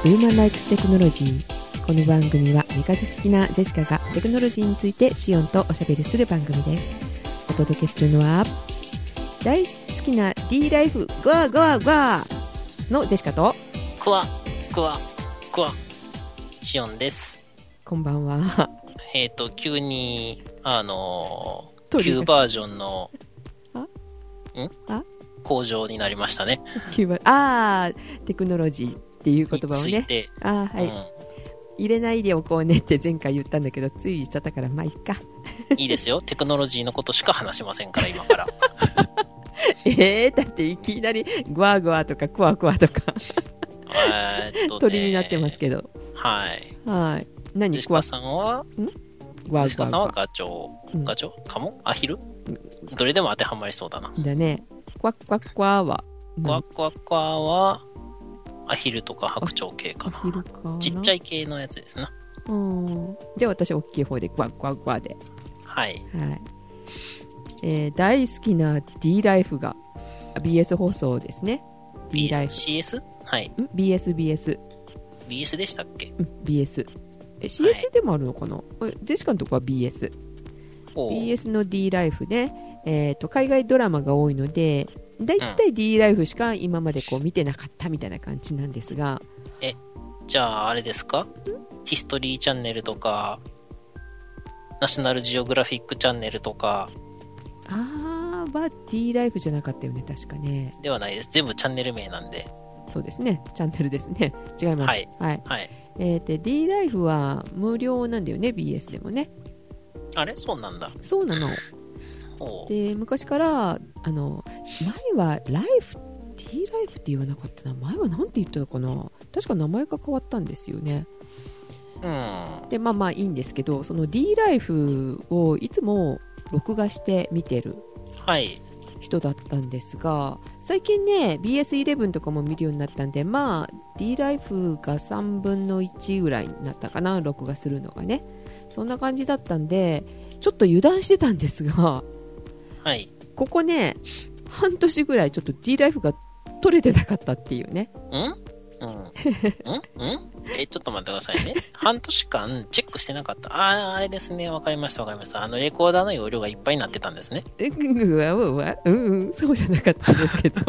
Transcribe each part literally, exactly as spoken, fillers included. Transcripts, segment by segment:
ウーマンライクステクノロジー。この番組はメカ好きなジェシカがテクノロジーについてシオンとおしゃべりする番組です。お届けするのは大好きな D ライフゴワゴワゴワのジェシカとクワクワクワシオンです。 こんばんは。 えっ、ー、と急にあのー、旧バージョンのあんあ向上になりましたね。 旧バあーテクノロジーっていう言葉をね、あはい、うん、入れないでおこうねって前回言ったんだけどつい言っちゃったからまあいっか。 いいですよ。テクノロジーのことしか話しませんから今から。 えーだっていきなりグワグワとかクワクワとかえーっと、ね、 鳥になってますけど、 はいはい。何ジェシカさんはんジェシカさんはガチョウ、うん、ガチョウカモアヒル、うん、どれでも当てはまりそうだな。 だね。クワクワクワはクワクワクワはアヒルとか白鳥系かな。 アヒルかな。 ちっちゃい系のやつですな。 うん。じゃあ私大きい方でクワクワクワで。 はい。 はい。えー、大好きな D ライフが ビーエス 放送ですね。D ライフ。 シーエス？ はい。 ん ビーエス、ビーエス。 ビーエス でしたっけ？ うん、ビーエス。え、シーエス でもあるのかな？はい、ジェシカのとこは ビーエス。ビーエス の D ライフで、えーと、海外ドラマが多いので、だいたい D ライフしか今までこう見てなかったみたいな感じなんですが、 うん、え、じゃああれですか？ヒストリーチャンネルとかナショナルジオグラフィックチャンネルとかあーは D ライフじゃなかったよね、確かね。 ではないです。全部チャンネル名なんで。 そうですね、チャンネルですね。違います。 はい、 はいはい。 えー、で D ライフは無料なんだよね、 ビーエス でもね。 あれそうなんだ。 そうなの。で昔からあの前はライフ D ライフって言わなかったな。前はなんて言ってたかな。確か名前が変わったんですよね。 うん。 でまあまあいいんですけど、その D ライフをいつも録画して見てる人だったんですが、はい、最近ね ビーエスイレブン とかも見るようになったんで、まあ D ライフがさんぶんのいちぐらいになったかな、録画するのがね。そんな感じだったんでちょっと油断してたんですが、 はい、 ここね半年ぐらいちょっと D ライフが取れてなかったっていうね。 うんうんうんうんえちょっと待ってくださいね。半年間チェックしてなかった。あああれですね、わかりましたわかりました。あのレコーダーの容量がいっぱいになってたんですね。 えうわうわうんうんそうじゃなかったんですけど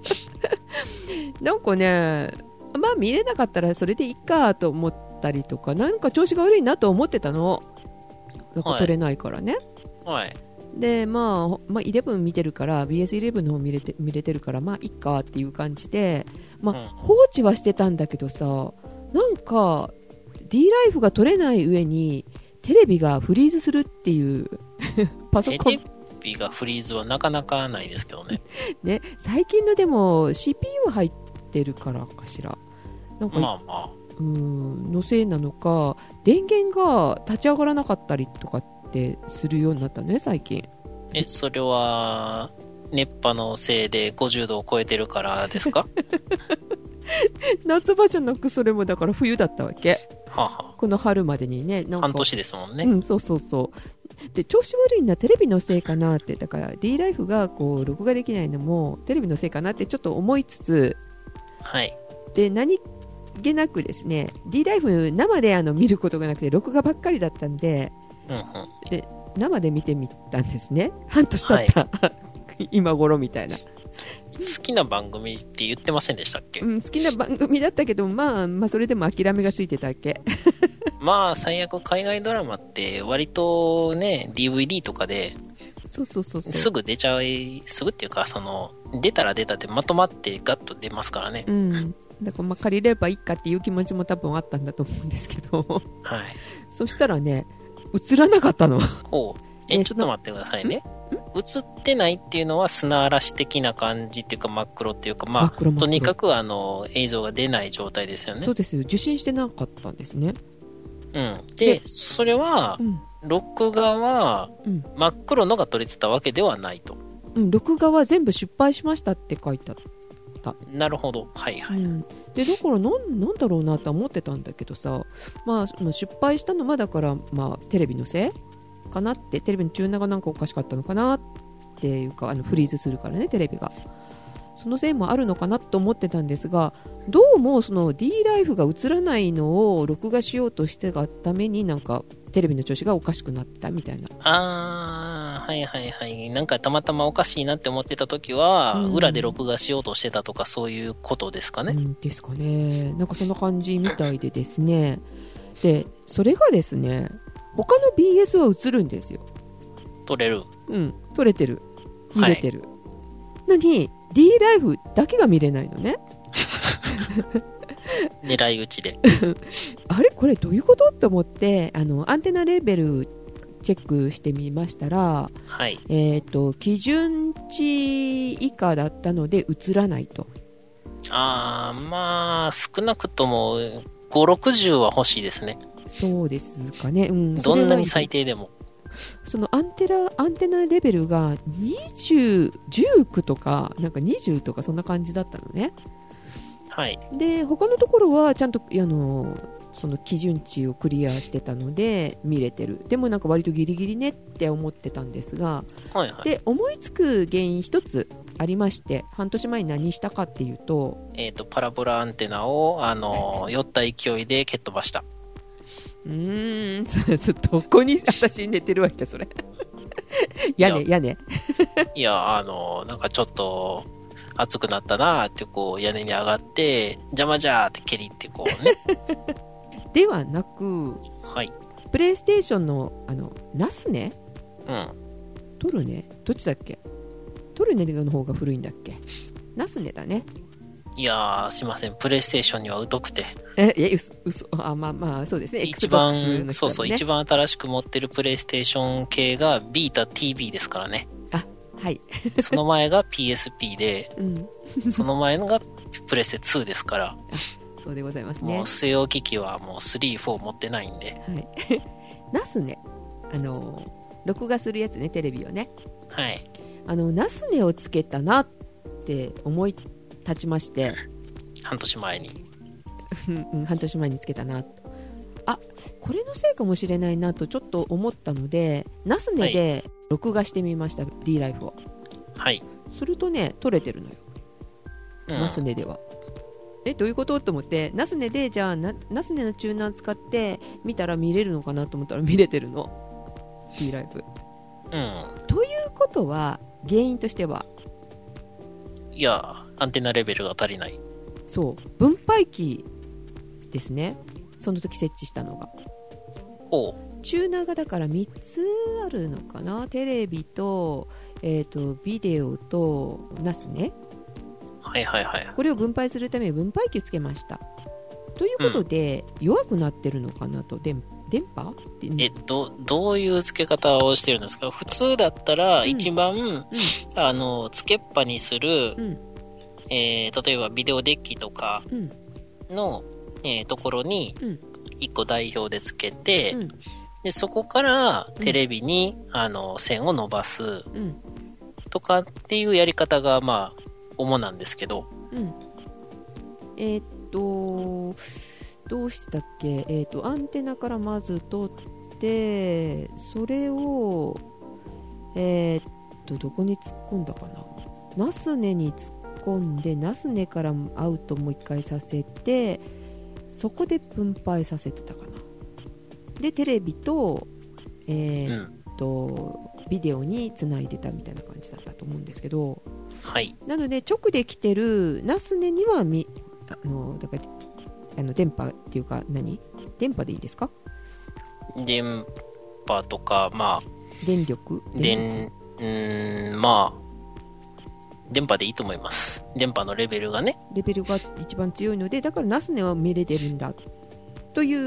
なんかねまあ見れなかったらそれでいいかと思ったりとか、なんか調子が悪いなと思ってたの。なんか取れないからね。 はい、はいでまあ、まあ、イレブン見てるから ビーエスイレブン の方見れて見れてるからまあいっかっていう感じで、まあ、うん、放置はしてたんだけどさ、なんか D ライフが取れない上にテレビがフリーズするっていうパソコンテレビがフリーズはなかなかないですけどね。 ね、最近のでも シーピーユー 入ってるからかしら、なんかまあまあうーんのせいなのか電源が立ち上がらなかったりとかってするようになったね最近。 えそれは熱波のせいでごじゅうどを超えてるからですか？ 夏場じゃなくそれもだから冬だったわけ。 はあはあ、 この春までにね、なんか半年ですもんね。 うん、そうそうそうで調子悪いのはテレビのせいかなって、だから D ライフがこう録画できないのもテレビのせいかなってちょっと思いつつ、 はいで何気なくですね D ライフ生であの見ることがなくて録画ばっかりだったんで、 うんうん、 で生で見てみたんですね。半年経った、はい、今頃みたいな。 好きな番組って言ってませんでしたっけ？ うん、好きな番組だったけど、まあ、まあそれでも諦めがついてたわけ。 まあ最悪海外ドラマって割とね ディーブイディー とかでそうそうそうそうすぐ出ちゃいすぐっていうかその出たら出たでまとまってガッと出ますからね。 うん、だからまあ借りればいいかっていう気持ちも多分あったんだと思うんですけど、 はい、 そしたらね映らなかったの。 おえ、ね、ちょっと待ってくださいね。映ってないっていうのは砂嵐的な感じっていうか真っ黒っていうか、まあとにかくあの映像が出ない状態ですよね。 そうですよ、受信してなかったんですね。 うん、でそれは、うん、録画は真っ黒のが撮れてたわけではないと、 うん、録画は全部失敗しましたって書いてあった。 なるほど、はいはい、うん、 でだからなん、なんだろうなと思ってたんだけどさ、まあ、失敗したのはだから、まあ、テレビのせいかなって、テレビのチューナーがなんかおかしかったのかなっていうか、あのフリーズするからねテレビが。 そのせいもあるのかなと思ってたんですが、どうもその D ライフが映らないのを録画しようとしてたためになんかテレビの調子がおかしくなったみたいな。 あー、はいはいはい。なんかたまたまおかしいなって思ってた時は、うん、裏で録画しようとしてたとかそういうことですかね。 うん、ですかね。なんかそんな感じみたいでですね。で、それがですね、他の ビーエス は映るんですよ。 撮れる。 うん、撮れてる。見れてる。はい、のに D ライフだけが見れないのね。 狙い撃ちであれこれどういうことと思ってあのアンテナレベルチェックしてみましたら、 はい、 えーと、基準値以下だったので映らないと。 あー、まあ少なくともご、ろくじゅうは欲しいですね。 そうですかね、うん、 どんなに最低でも。 そのアンテナ、アンテナレベルがにじゅう、じゅうきゅうとかなんかにじゅうとかそんな感じだったのね。 はい、 で他のところはちゃんとあのその基準値をクリアしてたので見れてる。でもなんか割とギリギリねって思ってたんですが、 はいはい、 で思いつく原因一つありまして、半年前に何したかっていうと、 えーとパラボラアンテナをあの酔った勢いで蹴っ飛ばした。 うーんそそどこに私寝てるわけそれ屋根屋根いやあのなんかちょっと暑くなったなーってこう屋根に上がって邪魔じゃーって蹴りってこうねではなく、 はい、 プレイステーションのあのナスネ、 うん、 トルネどっちだっけ。トルネの方が古いんだっけ。ナスネだね。 いやーすいません、プレイステーションには疎くて。 ええうそ、うそあまあまあそうですね。 一番、ね、そうそう一番新しく持ってるプレイステーション系がビータ ティービー ですからね。 あはいその前が ピーエスピー で、 うん、 その前のがプレステツーですから。 そうでございますね。 もう据え置き機はもうスリー、フォー持ってないんで。 はい。ナスネ、あの録画するやつね、テレビをね。 はい。 あのナスネをつけたなって思い立ちまして。 半年前に。 うん、半年前につけたなと。あ、これのせいかもしれないなとちょっと思ったので、ナスネで録画してみました、はい、D ライフを。 はい。 するとね、撮れてるのよ。うん、ナスネでは。えどういうことと思って、ナスネでじゃあナスネのチューナー使って見たら見れるのかなと思ったら見れてるの D ライフ、 うん、 ということは原因としては、 いやアンテナレベルが足りない。 そう分配器ですね、その時設置したのが。 おチューナーがだからみっつあるのかな。テレビと、えーとビデオとナスネ、 はいはいはい、 これを分配するために分配器をつけましたということで、うん、弱くなってるのかなと。電波えっとどういう付け方をしてるんですか。普通だったら一番、うんうん、あの付けっぱにする、うんえー、例えばビデオデッキとかの、うんえー、ところにいっこ代表で付けて、うん、でそこからテレビに、うん、あの線を伸ばす、うん、とかっていうやり方がまあ主なんですけど、 うん、えー、っとどうしてたっけ。えー、っとアンテナからまず取って、それをえー、っとどこに突っ込んだかな。ナスネに突っ込んで、ナスネからアウトもう一回させて、そこで分配させてたかな。でテレビとえー、っと、うん、ビデオにつないでたみたいな感じだったと思うんですけど、 はい、 なので直で来てるナスネにはみあのだからあの電波っていうか、何電波でいいですか。 電波とか、まあ電力電うーんまあ電波でいいと思います。電波のレベルがねレベルが一番強いので、だからナスネは見れてるんだという、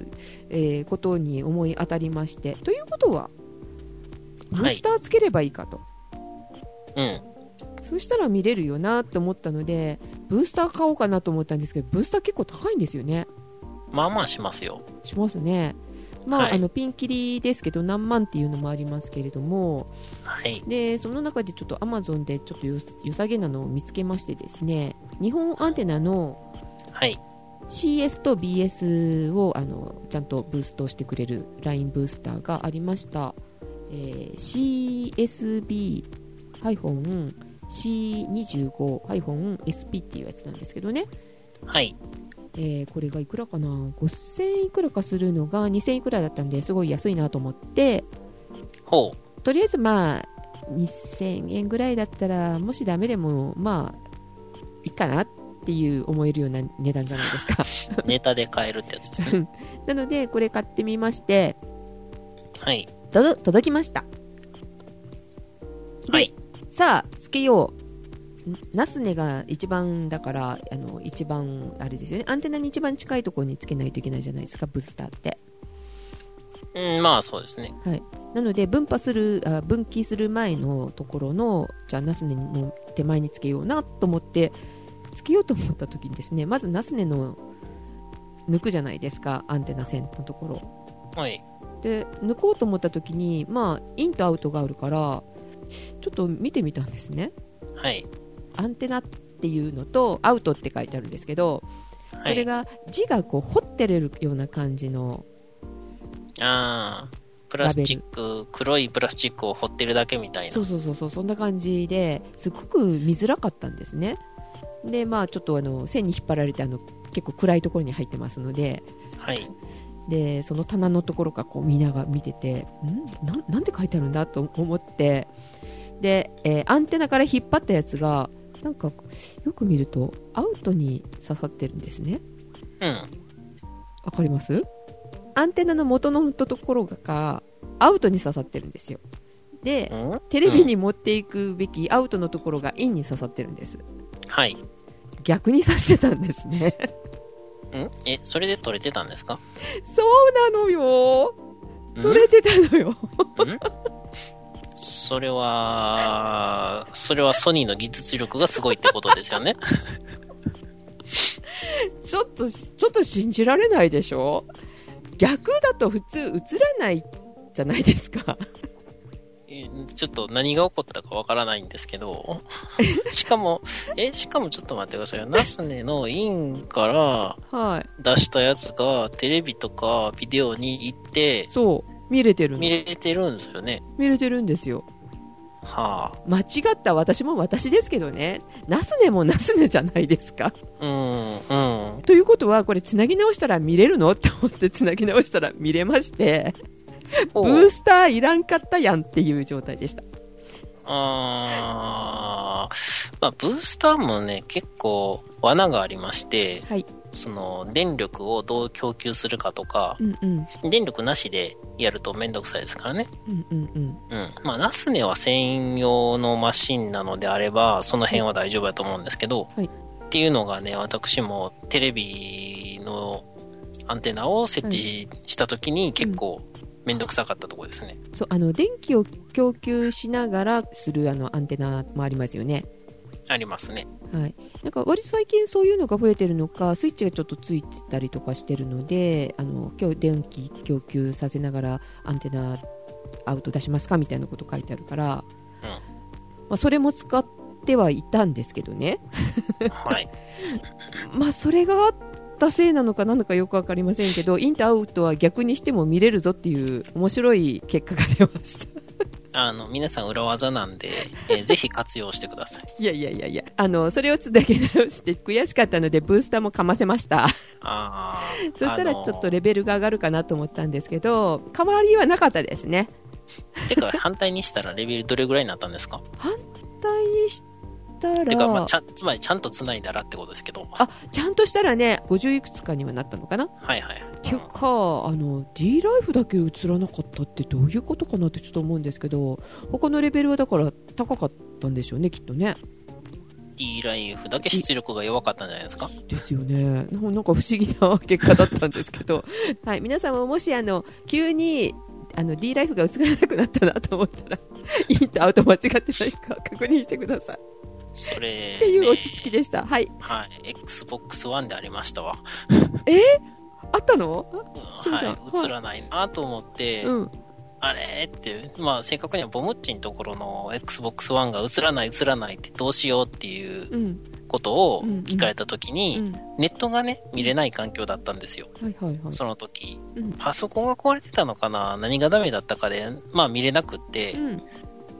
えー、ことに思い当たりまして、ということはブースターつければいいかと、 はい、うんそしたら見れるよなと思ったので、ブースター買おうかなと思ったんですけど、ブースター結構高いんですよね。 まあまあしますよ。 しますね。まあ、はい、あのピンキリですけど何万っていうのもありますけれども、 はい、でその中でちょっと Amazon でちょっとよさげなのを見つけましてですね、日本アンテナの シーエス と ビーエス をあのちゃんとブーストしてくれるラインブースターがありました。えー、シーエスビーシーにじゅうご エスピー っていうやつなんですけどね。 はい。 えー、これがいくらかな、ごせんいくらかするのがにせんいくらだったんですごい安いなと思って、 ほう。 とりあえずまあにせんえんぐらいだったらもしダメでもまあいいかなっていう思えるような値段じゃないですかネタで買えるってやつですねなのでこれ買ってみまして、 はい、 と届きました。で、はい、さあつけよう。ナスネが一番だからあの一番あれですよね、アンテナに一番近いところにつけないといけないじゃないですか、ブースターって。 うん、まあそうですね。 はい。なので分派するあ分岐する前のところのじゃあナスネの手前につけようなと思ってつけようと思った時にですね、まずナスネの抜くじゃないですか、アンテナ線のところ。はい。 で抜こうと思った時にまあインとアウトがあるからちょっと見てみたんですね。 はい。 アンテナっていうのとアウトって書いてあるんですけど、それが字がこう彫ってるような感じの、 ああ、プラスチック、黒いプラスチックを彫ってるだけみたいな。 そうそうそうそう、そんな感じですごく見づらかったんですね。でまあちょっとあの線に引っ張られてあの結構暗いところに入ってますので、 はい。 でその棚のところからこう見ながら見てて、ん な, なんて書いてあるんだと思って、で、えー、アンテナから引っ張ったやつがなんかよく見るとアウトに刺さってるんですね。 うん。 わかります？アンテナの元のところがアウトに刺さってるんですよ。で、うん、テレビに持っていくべきアウトのところがインに刺さってるんです。 はい。 逆に刺してたんですね。 ん？え、それで撮れてたんですか？ そうなのよ。撮れてたのよ。ん？ それは、それはソニーの技術力がすごいってことですよね。 ちょっと、ちょっと信じられないでしょ？逆だと普通映らないじゃないですか。 ちょっと何が起こったかわからないんですけど、しかも、え、しかもちょっと待ってくださいよ。ナスネのインから出したやつがテレビとかビデオに行って、 そう。見れてる見れてるんですよね。 見れてるんですよ。 はあ。 間違った私も私ですけどね。ナスネもナスネじゃないですか。 うん、うん。 ということは、これつなぎ直したら見れるのって思ってつなぎ直したら見れまして、ブースターいらんかったやんっていう状態でした。 あー、まあ、ブースターもね、結構罠がありまして、はい。その電力をどう供給するかとか、うんうん、電力なしでやるとめんどくさいですからね。うんうんうんうん、まあナスネは専用のマシンなのであればその辺は大丈夫だと思うんですけど、はい、っていうのがね、私もテレビのアンテナを設置した時に結構めんどくさかったところですね。 そう、あの電気を供給しながらするあのアンテナもありますよね。 ありますね。 はい、なんか割と最近そういうのが増えてるのか、スイッチがちょっとついてたりとかしてるので、あの今日電気供給させながらアンテナアウト出しますかみたいなこと書いてあるから、うん、まあ、それも使ってはいたんですけどね。 はい。 まあそれがあったせいなのか何のかよく分かりませんけど、インとアウトは逆にしても見れるぞっていう面白い結果が出ました。 あの皆さん裏技なんで、えー、ぜひ活用してください。 いやいやいやいや、あのそれをつだけ直して悔しかったのでブースターもかませました。 あそしたらちょっとレベルが上がるかなと思ったんですけど、変わりはなかったですね。 てか反対にしたらレベルどれぐらいになったんですか？ 反対にしたらてか、まあ、ちゃつまりちゃんとつないだらってことですけど、 あ、ちゃんとしたらねごじゅういくつかにはなったのかな。 はいはい。 っていうか、あの D ライフだけ映らなかったってどういうことかなってちょっと思うんですけど、他のレベルはだから高かったんでしょうね、きっとね。 D ライフだけ出力が弱かったんじゃないですか。 ですよね。なんか不思議な結果だったんですけどはい、皆さんももしあの急にあの D ライフが映らなくなったなと思ったらインとアウト間違ってないか確認してください。 それ、ね、 っていう落ち着きでした。はい、 はい、エックスボックスワン でありましたわ。 えー、あったの？ うん、はい、映らないなと思って、うん、あれって、まあ正確にはボムッチのところの エックスボックスワン が映らない映らないってどうしようっていうことを聞かれた時に、うんうんうん、ネットがね見れない環境だったんですよ、はいはいはい、その時、うん、パソコンが壊れてたのかな、何がダメだったかでまあ見れなくって、うん、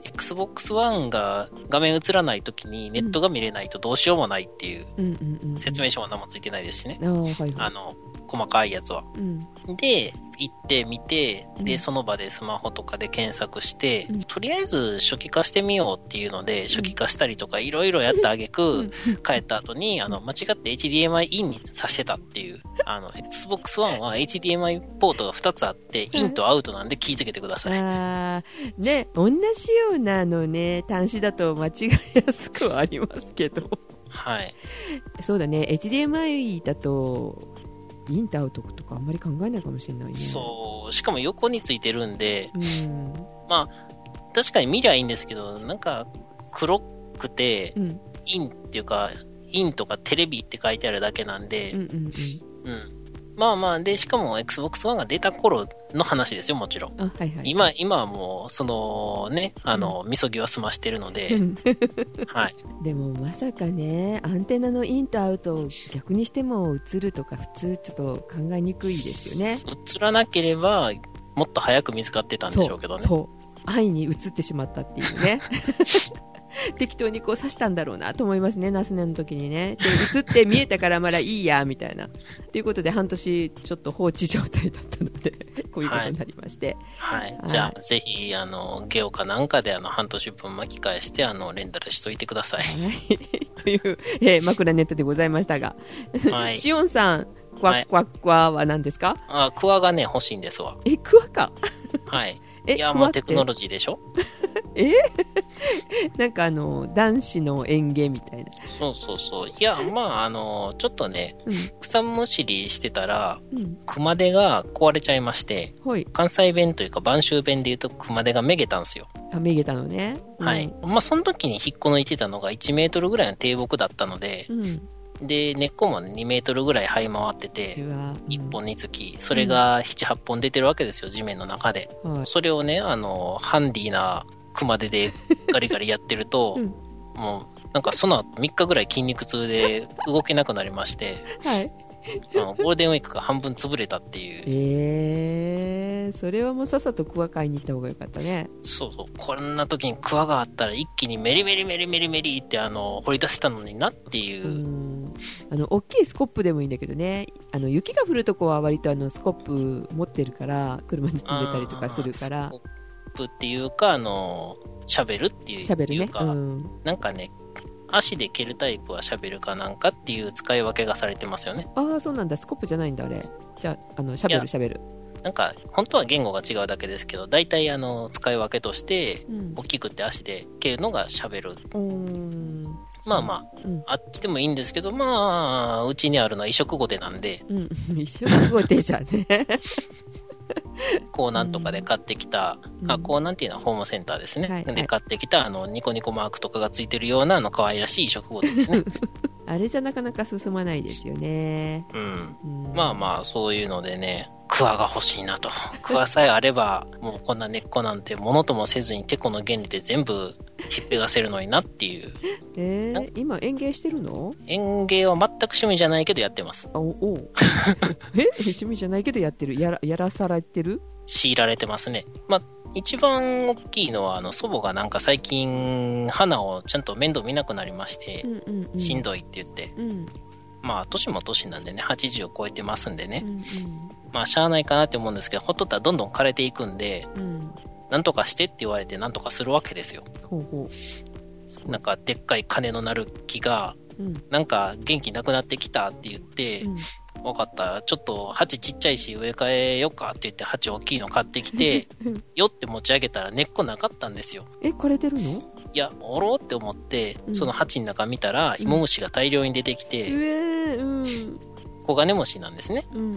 Xbox One が画面映らないときにネットが見れないとどうしようもないっていう、説明書も何もついてないですしね。あ、はいはい、あの、細かいやつは。うん、で、行ってみて、で、うん、その場でスマホとかで検索して、うん、とりあえず初期化してみようっていうので、初期化したりとかいろいろやった挙句、帰った後に、あの、間違って エイチディーエムアイ インにさしてたっていう、あの、Xbox One は エイチディーエムアイ ポートがふたつあって、インとアウトなんで気づけてください。 あー、ね、同じようなのね、端子だと間違いやすくはありますけど。 はい。 そうだね、エイチディーエムアイ だと、インとアウトとかあんまり考えないかもしれないね。 そう、しかも横についてるんで、うん、まあ、確かに見りゃいいんですけど、なんか黒くて、うん、インっていうか、インとかテレビって書いてあるだけなんで、うんうんうん。うん。まあまあ、で、しかも Xbox One が出た頃の話ですよ、もちろん。あ、はいはい。今、今はもう、そのね、あの、うん、みそぎは済ましてるので、はい。でもまさかね、アンテナのインとアウトを逆にしても映るとか、普通ちょっと考えにくいですよね。 映らなければ、もっと早く見つかってたんでしょうけどね。 そう。そう。安易に映ってしまったっていうね。適当にこう刺したんだろうなと思いますね、ナスネの時にね。で、映って見えたからまだいいやみたいなということで半年ちょっと放置状態だったのでこういうことになりまして、 はい、はい、じゃあぜひあのゲオかなんかであの半年分巻き返してあのレンタルしといてください、はい、 という、えー、枕ネットでございましたが、はい、しおんさん、クワックワックワは何ですか？ あ、クワがね欲しいんですわ。 え、クワかはいえいやもうテクノロジーでしょえなんかあの男子の園芸みたいな。 そうそうそう。いやまああのちょっとね、うん、草むしりしてたら、うん、熊手が壊れちゃいまして、はい、関西弁というか播州弁で言うと熊手がめげたんですよ。 あ、めげたのね、 うん、はい。まあその時に引っこ抜いてたのがいちメートルぐらいの低木だったので、うん、で根っこもにメートルぐらい這い回ってて、うん、いっぽんにつきそれがななはっぽん出てるわけですよ、地面の中で、はい、それをねあのハンディな熊手でガリガリやってると、うん、もうなんかその後みっかぐらい筋肉痛で動けなくなりまして、はい、あのゴールデンウィークが半分潰れたっていう。 えー、それはもうさっさとクワ買いに行った方がよかったね。 そうそう、こんな時にクワがあったら一気にメリメリメリメリメリってあの掘り出せたのになっていう。うん、 あの大きいスコップでもいいんだけどね、あの雪が降るとこは割とあのスコップ持ってるから車に積んでたりとかするから、 っていうかあのシャベルっていうか、シャベルね、うん、なんかね足で蹴るタイプはシャベルかなんかっていう使い分けがされてますよね。 ああ、そうなんだ。スコップじゃないんだあれ。じゃあ、あのシャベルシャベルなんか本当は言語が違うだけですけど、大体あの使い分けとして、うん、大きくって足で蹴るのがシャベル。うーん、まあまあ、うん、あっちでもいいんですけど、まあうちにあるのは移植ゴテなんで、 うん、移植ゴテじゃねこうなんとかで買ってきた、うん、あ、こうなんていうのはホームセンターですね、はいはい、で買ってきたあのニコニコマークとかがついてるようなあの可愛らしい移植ゴテですねあれじゃなかなか進まないですよね。 うん、うん、まあまあそういうのでね、クワが欲しいなと。クワさえあればもうこんな根っこなんてものともせずにテコの原理で全部ひっぺがせるのになっていうえー、今園芸してるの？ 園芸は全く趣味じゃないけどやってます。 あ、おおえ趣味じゃないけどやってる、やら、やらされてる？ 強いられてますね。まあ一番大きいのはあの祖母がなんか最近花をちゃんと面倒見なくなりまして、うんうんうん、しんどいって言って、うん、まあ年も年なんでねはちじゅうを超えてますんでね、うんうん、まあしゃあないかなって思うんですけど、ほっとったらどんどん枯れていくんで、うん、なんとかしてって言われてなんとかするわけですよ。ほうほう、なんかでっかい金のなる木が、うん、なんか元気なくなってきたって言って、うん、分かった、ちょっと鉢ちっちゃいし植え替えよっかって言って鉢大きいの買ってきてよって持ち上げたら根っこなかったんですよ。 え、枯れてるの？ いや、おろって思って、うん、その鉢の中見たら芋虫が大量に出てきて、うん、コガネムシなんですね、うんうん、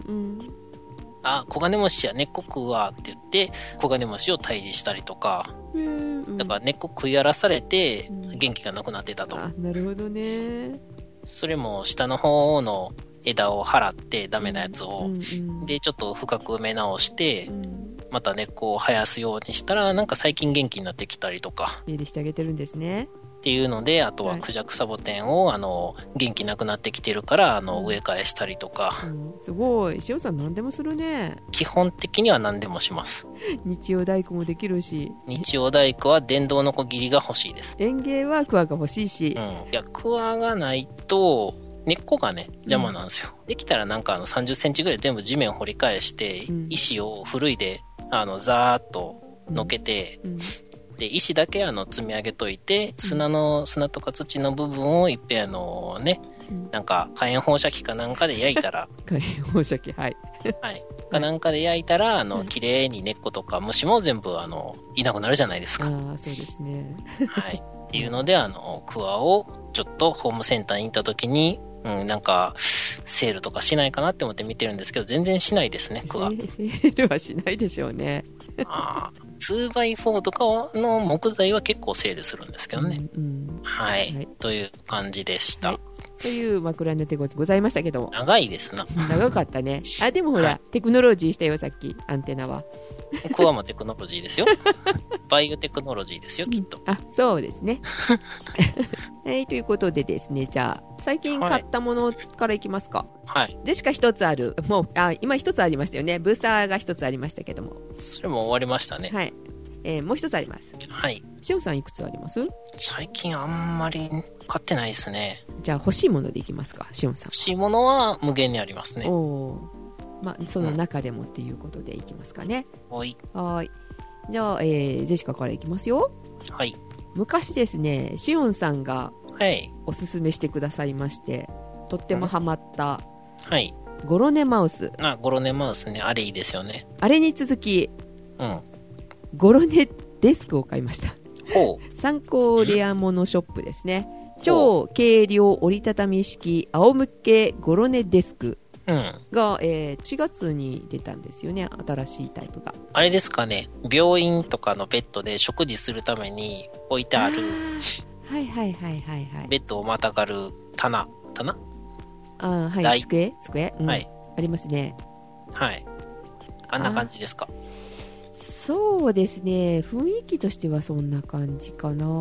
あ、コガネムシや根っこ食うわって言ってコガネムシを退治したりとか、うんうん、だから根っこ食い荒らされて元気がなくなってたと、うん、 あ、なるほどね。 それも下の方の枝を払ってダメなやつを、うんうん、でちょっと深く埋め直して、うん、また根っこを生やすようにしたらなんか最近元気になってきたりとか。 手入れしてあげてるんですね。 っていうので、あとはクジャクサボテンを、はい、あの元気なくなってきてるからあの植え替えしたりとか、 うん、すごい。塩さん何でもするね。 基本的には何でもします。 日曜大工もできるし、 日曜大工は電動のこぎりが欲しいです。 園芸はクワが欲しいし、 うん、いやクワがないと根っこがね邪魔なんですよ、うん、できたらなんかあのさんじゅっセンチぐらい全部地面を掘り返して、うん、石をふるいであのザーッとのけて、うんうん、で石だけあの積み上げといて、砂の砂とか土の部分をいっぺんあのね、うん、なんか火炎放射器かなんかで焼いたら火炎放射器はいはいかなんかで焼いたらあの綺麗に根っことか虫も全部あのいなくなるじゃないですか。 ああそうですねはいっていうのであのクワをちょっとホームセンターに行った時に、うん、なんかセールとかしないかなって思って見てるんですけど全然しないですねクワ。 セールはしないでしょうねあ ツーバイフォー とかの木材は結構セールするんですけどね、うんうん、はい、はい、という感じでした、はい、 という枕ネテございましたけども長いですな長かったね。あでもほら、はい、テクノロジーしたよさっきアンテナはクワもテクノロジーですよバイオテクノロジーですよきっと、 うん、あそうですねはい、ということでですね、じゃあ最近買ったものからいきますか。 はい。 でしか一つある。もうあ今一つありましたよね。ブースターが一つありましたけども。 それも終わりましたね。 はい。えー、もう一つあります。 はい。 しおんさんいくつあります？ 最近あんまり買ってないですね。 じゃあ欲しいものでいきますか、しおんさん。 欲しいものは無限にありますね。 おー。まあその中でもっていうことでいきますかね。 うん、はい。 はい。じゃあ、えー、ジェシカからいきますよ。 はい。 昔ですね、しおんさんがはいおすすめしてくださいまして、とってもハマった、 はい、 ゴロネマウス。 あ、ゴロネマウスね、あれいいですよね。 あれに続き、 うん、 ゴロネデスクを買いました。 ほう。 参考レアモノショップですね。超軽量折りたたみ式仰向けゴロネデスクが、うんえー、しがつに出たんですよね、新しいタイプが。 あれですかね、病院とかのベッドで食事するために置いてある、 はいはいはいはいはい、 ベッドをまたがる棚棚あはい、机机、うん、はい、ありますね。 はい、あんな感じですか。 そうですね、雰囲気としてはそんな感じかな、うん、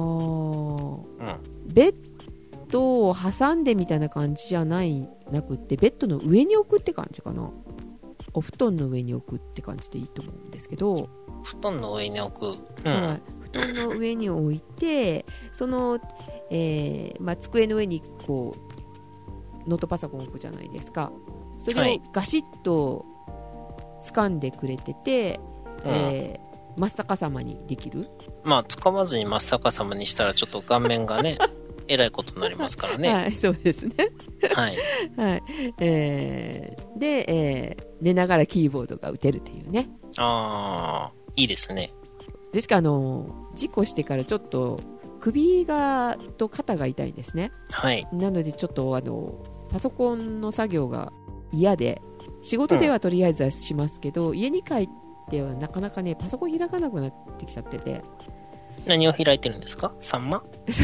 ベッドを挟んでみたいな感じじゃないなくって、ベッドの上に置くって感じかな。お布団の上に置くって感じでいいと思うんですけど、 布団の上に置く、 うんはい、布団の上に置いて、その、えーまあ、机の上にこうノートパソコン置くじゃないですか。それをガシッと掴んでくれてて、はいえー、真っ逆さまにできる。 まあ掴まずに真っ逆さまにしたらちょっと顔面がねえらいことになりますからね。 はい、そうですね。はい、はいえー、で、えー、寝ながらキーボードが打てるっていうね。 ああ、いいですね。 ですからあの事故してからちょっと首がと肩が痛いんですね。 はい。 なのでちょっとあのパソコンの作業が嫌で、仕事ではとりあえずはしますけど、うん、家に帰ってはなかなかねパソコン開かなくなってきちゃってて。 何を開いてるんですか？サンマ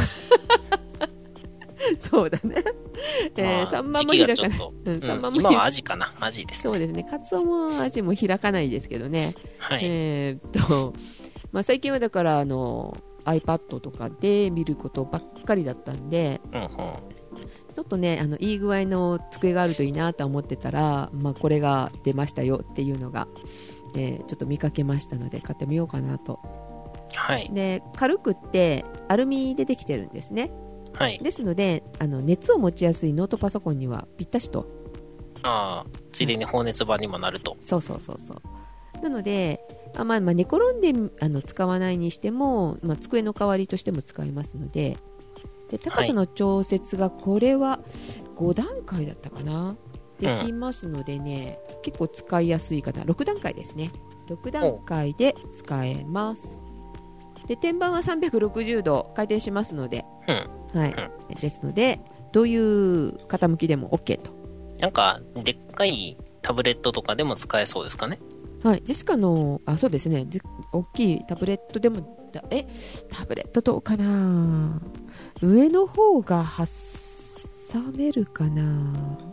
そうだね、えー、サンマも開かない、 うん、サンマも今はアジかな、アジですね。 そうですね、カツオもアジも開かないですけどね、 はいえー、っとまあ、最近はだからあの iPad とかで見ることばっかりだったんで、 うんうん、 ちょっとねあのいい具合の机があるといいなと思ってたら、まあ、これが出ましたよっていうのが、えー、ちょっと見かけましたので買ってみようかなと。 はい、 で軽くってアルミでできてるんですね。 はい、 ですのであの熱を持ちやすいノートパソコンにはぴったしと。 ああ、ついでに放熱板にもなると、 うん、そうそうそうそうなのであ、まあ、まあ寝転んであの使わないにしても、まあ、机の代わりとしても使えますので、で高さの調節がこれはご段階だったかな、できますのでね、うん、結構使いやすいかな。ろく段階ですね。ろく段階で使えます。で天板はさんびゃくろくじゅうど回転しますので、 うんはいうん、ですのでどういう傾きでも OK と。 なんかでっかいタブレットとかでも使えそうですかね。 はい、ジェシカのあそうですね、大きいタブレットでもだえタブレットどうかな、上の方が挟めるかな。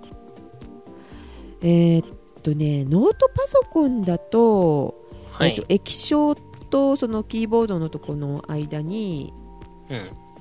えー、っとねノートパソコンだと、はい、えー、っと液晶とそのキーボードのところの間に、 うん、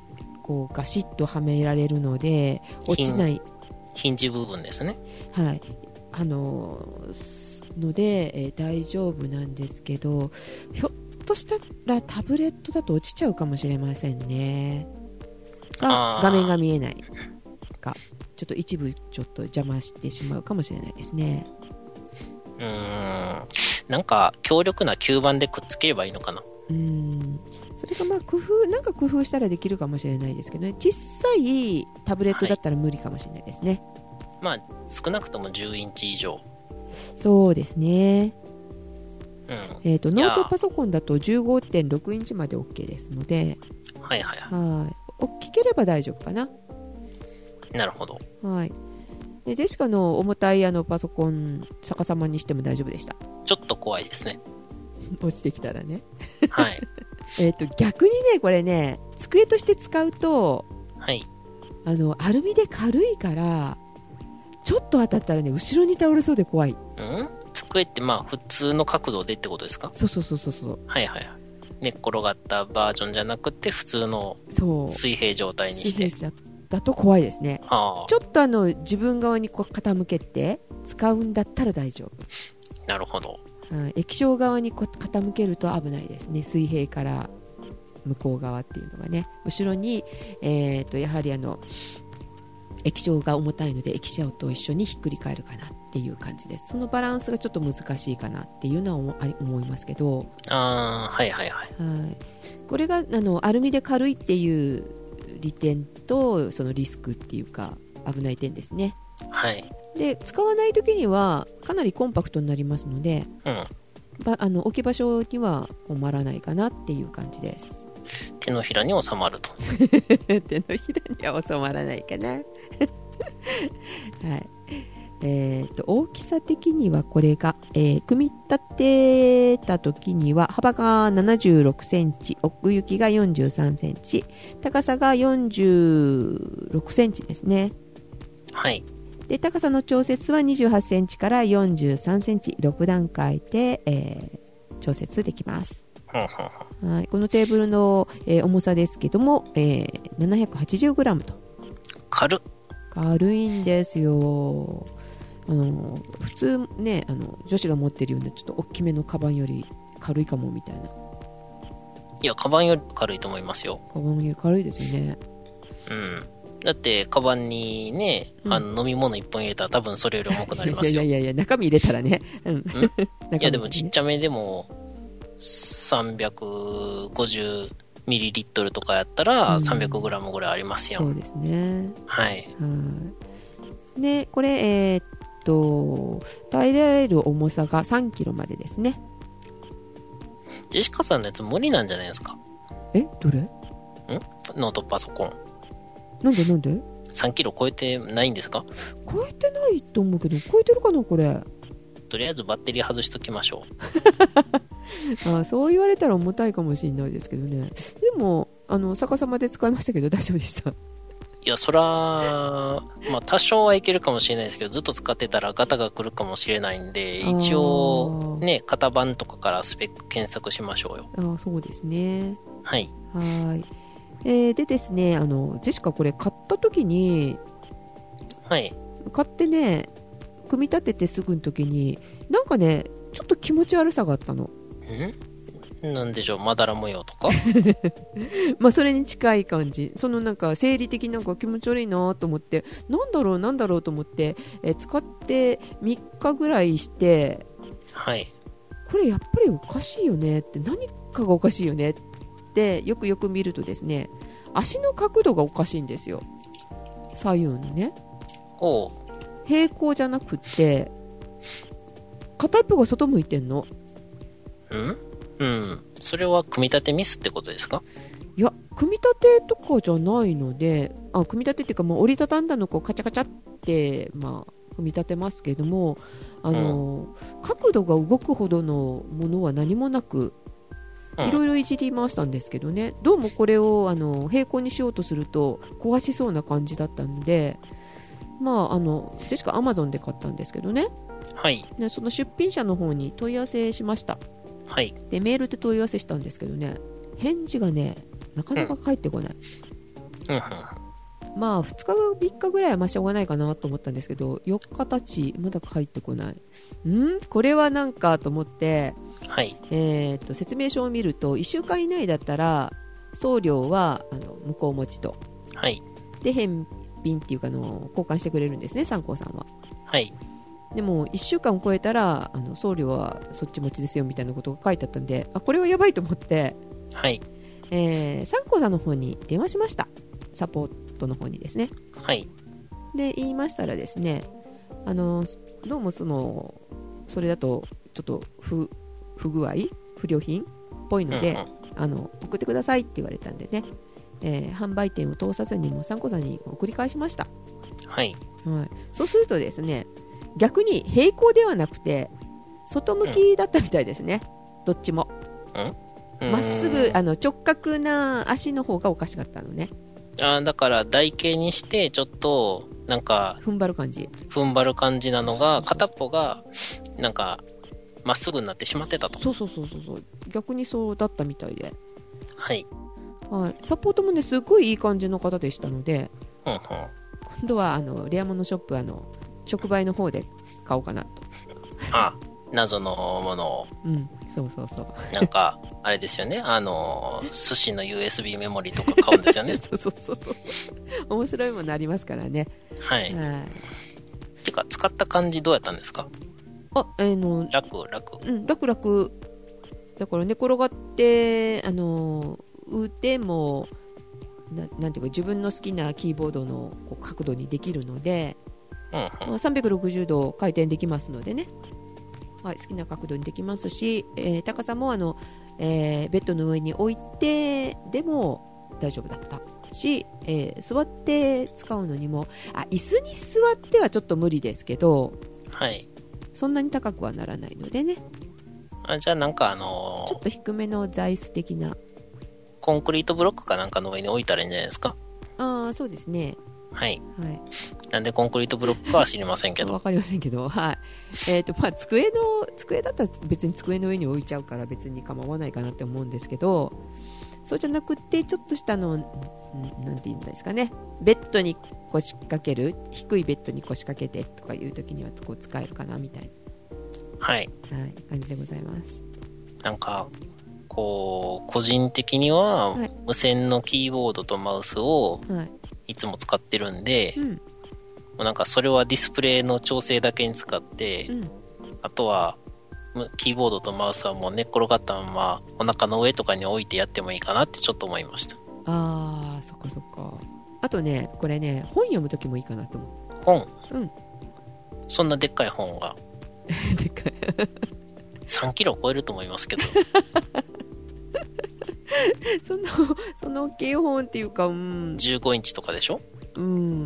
こうガシッとはめられるので落ちない、 ヒンジ部分ですね。 はい、あのので、えー、大丈夫なんですけど、ひょっとしたらタブレットだと落ちちゃうかもしれませんね。が画面が見えないか、ちょっと一部ちょっと邪魔してしまうかもしれないですね。 うーん、なんか強力な吸盤でくっつければいいのかな。 うーん、それがまあ工夫なんか工夫したらできるかもしれないですけどね。小さいタブレットだったら無理かもしれないですね。 はい、まあ少なくともじゅうインチ以上。そうですね。 うん、 えーと、ノートパソコンだと じゅうごてんろく インチまで OK ですので、 はいはいはい、 はい、大きければ大丈夫かな。 なるほど。 はい。でジェシカの重たいあのパソコン逆さまにしても大丈夫でした。 ちょっと怖いですね。 落ちてきたらね。 はい。 えっと逆にね、これね、机として使うと、 はい、 あのアルミで軽いからちょっと当たったらね後ろに倒れそうで怖い。 うん？机ってまあ普通の角度でってことですか？ そうそうそうそうそう。 はいはいはい。寝っ転がったバージョンじゃなくて普通の水平状態にして。 水平だと怖いですね。 はあ、 ちょっとあの自分側にこう傾けて使うんだったら大丈夫。 なるほど。 はい、液晶側にこう傾けると危ないですね。水平から向こう側っていうのがね、後ろに、えー、とやはりあの液晶が重たいので液晶と一緒にひっくり返るかなっていう感じです。そのバランスがちょっと難しいかなっていうのは思思いますけど、 あー、はいはいはい、 はい、これがあのアルミで軽いっていう利点とそのリスクっていうか危ない点ですね。 はい。 で使わない時にはかなりコンパクトになりますので、 うん、 ばあの置き場所には困らないかなっていう感じです。 手のひらに収まると。 手のひらには収まらないかな。はい。えー、と大きさ的にはこれが、えー、組み立てた時には幅がななじゅうろくセンチ、奥行きがよんじゅうさんセンチ、高さがよんじゅうろくセンチですね。 はい。 で高さの調節はにじゅうはちセンチからよんじゅうさんセンチ、ろく段階で、えー、調節できます。はい、このテーブルの、えー、重さですけども、えー、ななひゃくはちじゅうグラムと。 軽っ。軽いんですよ。あの普通ね、あの女子が持ってるようなちょっと大きめのカバンより軽いかもみたいな。 いや、カバンより軽いと思いますよ。 カバンより軽いですよね。 うん。だってカバンにね、うん、あの飲み物いっぽん入れたら多分それより重くなりますよ。 いやいやいや、中身入れたらね。うん、 いやでもちっちゃめでもさんびゃくごじゅうミリリットルとかやったらさんびゃくグラムぐらいありますよ、 うん、そうですね。 はい。 でこれえー、っと耐えられる重さがさんキロまでですね。 ジェシカさんのやつ無理なんじゃないですか？ え、どれ？ん？ ノートパソコン。 なんでなんで？ さんキロ超えてないんですか？ 超えてないと思うけど、超えてるかなこれ。 とりあえずバッテリー外しときましょう。あ、そう言われたら重たいかもしれないですけどね。でもあの逆さまで使いましたけど大丈夫でした。 いや、そら、まあ多少はいけるかもしれないですけど、ずっと使ってたらガタが来るかもしれないんで、一応ね、型番とかからスペック検索しましょうよ。 ああ、そうですね。 はい。 はい。えー、でですね、あのジェシカこれ買った時に、 はい。 買ってね、組み立ててすぐの時になんかね、ちょっと気持ち悪さがあったの。 ん？なんでしょう、まだら模様とかまあそれに近い感じ。そのなんか生理的なんか気持ち悪いなと思って、なんだろうなんだろうと思って、え使ってみっかぐらいして、 はい、 これやっぱりおかしいよねって、何かがおかしいよねってよくよく見るとですね、足の角度がおかしいんですよ。左右のね、 おう、 平行じゃなくって片一方が外向いてんの。 ん？うん、それは組み立てミスってことですか？ いや、組み立てとかじゃないので、あ、組み立てっていうか、もう折りたたんだのこうカチャカチャって、まあ、組み立てますけども、あの、うん、角度が動くほどのものは何もなく、いろいろいじり回したんですけどね、どうもこれをあの平行にしようとすると壊しそうな感じだったので、まあ、あのジェシカアマゾンで買ったんですけどね、 はい、 でその出品者の方に問い合わせしました。 はい、 でメールで問い合わせしたんですけどね、返事がねなかなか返ってこない、 うんうん、 まあふつかみっかぐらいはまあしょうがないかなと思ったんですけど、よっか経ちまだ帰ってこない。んこれはなんかと思って、 はい、 えー、と説明書を見るといっしゅうかん以内だったら送料はあの向こう持ちと、 はい、 で返品っていうかの交換してくれるんですね、サンコーさんは。 はい、 でもいっしゅうかんを超えたらあの送料はそっち持ちですよみたいなことが書いてあったんで、あこれはやばいと思って、 はい、 えー、サンコーさんの方に電話しました。サポートの方にですね。 はい。 で言いましたらですね、あのどうもそのそれだとちょっと不不具合不良品っぽいので、うんうん、あの送ってくださいって言われたんでね、えー、販売店を通さずにもサンコさんに送り返しました。 はい、 はい、そうするとですね、逆に平行ではなくて外向きだったみたいですね、うん、どっちもま、っすぐあの直角な足の方がおかしかったのね。 あだから台形にしてちょっとなんか踏ん張る感じ踏ん張る感じなのが片っぽがなんかまっすぐになってしまってたと。 そうそうそうそうそう、逆にそうだったみたいで、 はい、 はい、サポートもねすごいいい感じの方でしたので、 うんうん、 今度はあのレアモノショップあの直売の方で買おうかなと。 あ謎のものを、 うん、そうそうそう、 なんかあれですよね、あの寿司の ユーエスビー メモリとか買うんですよねそうそうそうそう、面白いものありますからね。 はい、はい、てか使った感じどうやったんですか？ あ、えー、の楽楽、 うん、楽楽だから寝転がってあの腕も な, なんていうか自分の好きなキーボードのこう角度にできるので、うんうんまあ、さんびゃくろくじゅうど回転できますのでね、はい、好きな角度にできますし、えー、高さもあの、えー、ベッドの上に置いてでも大丈夫だったし、えー、座って使うのにもあ椅子に座ってはちょっと無理ですけど、 はい、 そんなに高くはならないのでね。 あじゃあなんかあのー、 ちょっと低めの座椅子的なコンクリートブロックかなんかの上に置いたらいいんじゃないですか？ ああそうですね、 はい、 はい、 なんでコンクリートブロックかは知りませんけどわかりませんけど、はい、えーとまあ、机の机だったら別に机の上に置いちゃうから別に構わないかなって思うんですけど、そうじゃなくてちょっとしたのなんて言うんですかね、ベッドに腰掛ける低いベッドに腰掛けてとかいう時にはこう使えるかなみたいな、 はい、 はい、感じでございます。なんかこう個人的には無線のキーボードとマウスをいつも使ってるんで、はいうん、もうなんかそれはディスプレイの調整だけに使って、うん、あとはキーボードとマウスはもう寝っ転がったままお腹の上とかに置いてやってもいいかなってちょっと思いました。 あーそっかそっか。あとねこれね本読む時もいいかなと思う。 本、 うん、 そんなでっかい本がでっかいさんキロ超えると思いますけどそんなそんな大きい本っていうか、うん、 じゅうごインチとかでしょ。 うん、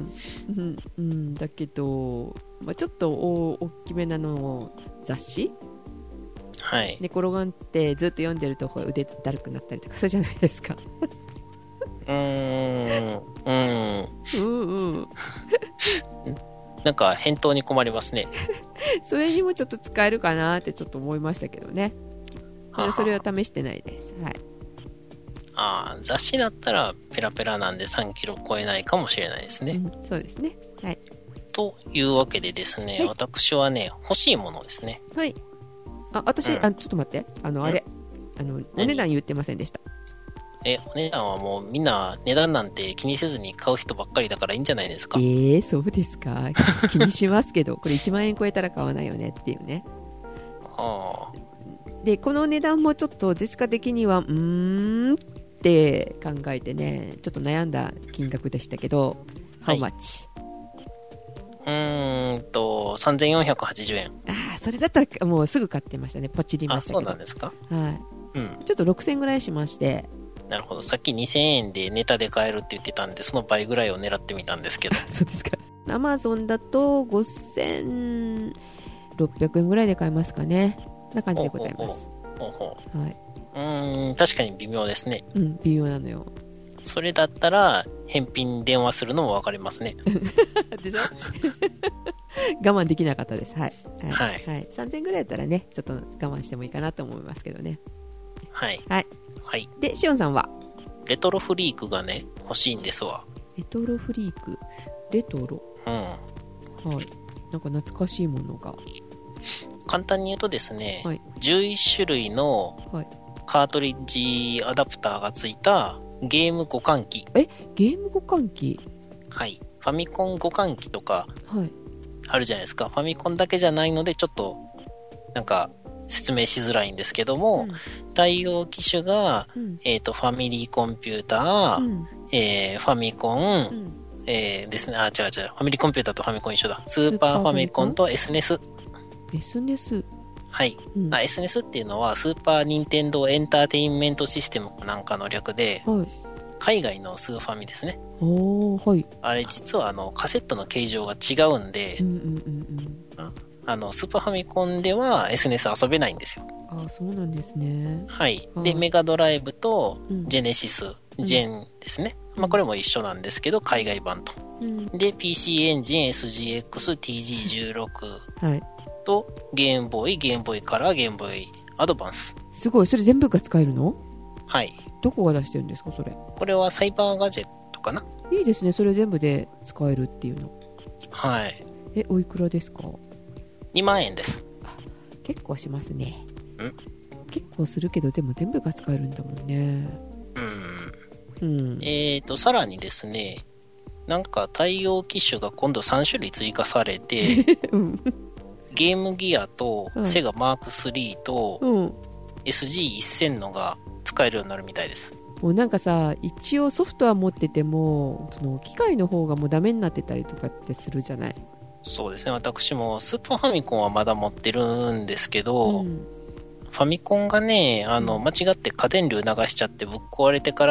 うんうん、だけど、まあ、ちょっと大きめなの雑誌、 はい、 寝転がってずっと読んでると腕だるくなったりとかそうじゃないですかうーんうんうんうんなんか返答に困りますねそれにもちょっと使えるかなってちょっと思いましたけどね。ははそれは試してないです。はい。 ああ雑誌だったらペラペラなんでさんキロ超えないかもしれないですね、 うん、そうですね。はい。 というわけでですね、はい、私はね欲しいものですね。 はい。あ私、うん、あちょっと待ってあの、うん、あれあのお値段言ってませんでした。 えお値段はもうみんな値段なんて気にせずに買う人ばっかりだからいいんじゃないですか。 えー、そうですか気にしますけどこれいちまんえん超えたら買わないよねっていうね。 はあ。 でこの値段もちょっとジェシカ的にはうーんって考えてねちょっと悩んだ金額でしたけど、はい、How much？ うーんとさんぜんよんひゃくはちじゅうえん。 ああそれだったらもうすぐ買ってましたね。ポチりましたけど。 あそうなんですか。 はい、うん、ちょっとろくせんえんぐらいしまして。 なるほど。さっきにせんえんでネタで買えるって言ってたんでその倍ぐらいを狙ってみたんですけどそうですか。アマゾンだとごせんろっぴゃくえんぐらいで買えますかね。な感じでございます。 ほうほう、 はい、 うーん確かに微妙ですね。 うん微妙なのよ。 それだったら返品電話するのも分かりますねでしょ我慢できなかったです。はい、はいはいはい、さんぜんえんぐらいだったらねちょっと我慢してもいいかなと思いますけどね。 はい、 はいはい、 でシオンさんはレトロフリークがね、欲しいんですわ。 レトロフリーク、レトロ。うん。はい。なんか懐かしいものが。 簡単に言うとですね、はい、じゅういっしゅるいのカートリッジアダプターがついたゲーム互換機。 え、ゲーム互換機？ はい。ファミコン互換機とか、あるじゃないですか。はい、ファミコンだけじゃないので、ちょっと、なんか、説明しづらいんですけども、うん、対応機種が、うん、えっと、ファミリーコンピューター、うん、えー、ファミコン、うんえー、ですね、あ、違う違う、ファミリーコンピューターとファミコン一緒だ。スーパーファミコンと エスネス。 エスネス？ はい、うん、あ。エスネス っていうのは、スーパーニンテンドーエンターテインメントシステムなんかの略で、はい、海外のスーファミですね。 おー、はい。 あれ実はあの、カセットの形状が違うんで、うんうんうんうん、あの、スーパーファミコンでは エスネス 遊べないんですよ。 あ、そうなんですね。 はい。で、メガドライブとジェネシス、うん、ジェンですね。まあ、これも一緒なんですけど、海外版と。うん、で、ピーシー エンジン エスジーエックス、ティージーじゅうろく はい、と、ゲームボーイ、ゲームボーイカラー、ゲームボーイアドバンス。 すごい。それ全部が使えるの？ はい。 どこが出してるんですか、それ。 これはサイバーガジェットかな。 いいですね。それ全部で使えるっていうの。 はい。 え、おいくらですか？ にまんえんです。 あ、結構しますね。 ん？ 結構するけど、でも全部が使えるんだもんね。 うん。うん、えーと、さらにですね、なんか対応機種が今度さんしゅるい追加されて、うん、ゲームギアとセガマークスリーと エスジーせん のが使えるようになるみたいです。 もうなんかさ、一応ソフトは持ってても、その機械の方がもうダメになってたりとかってするじゃない。 そうですね。私もスーパーファミコンはまだ持ってるんですけど、うん、ファミコンがね、あの、間違って過電流流しちゃってぶっ壊れてから、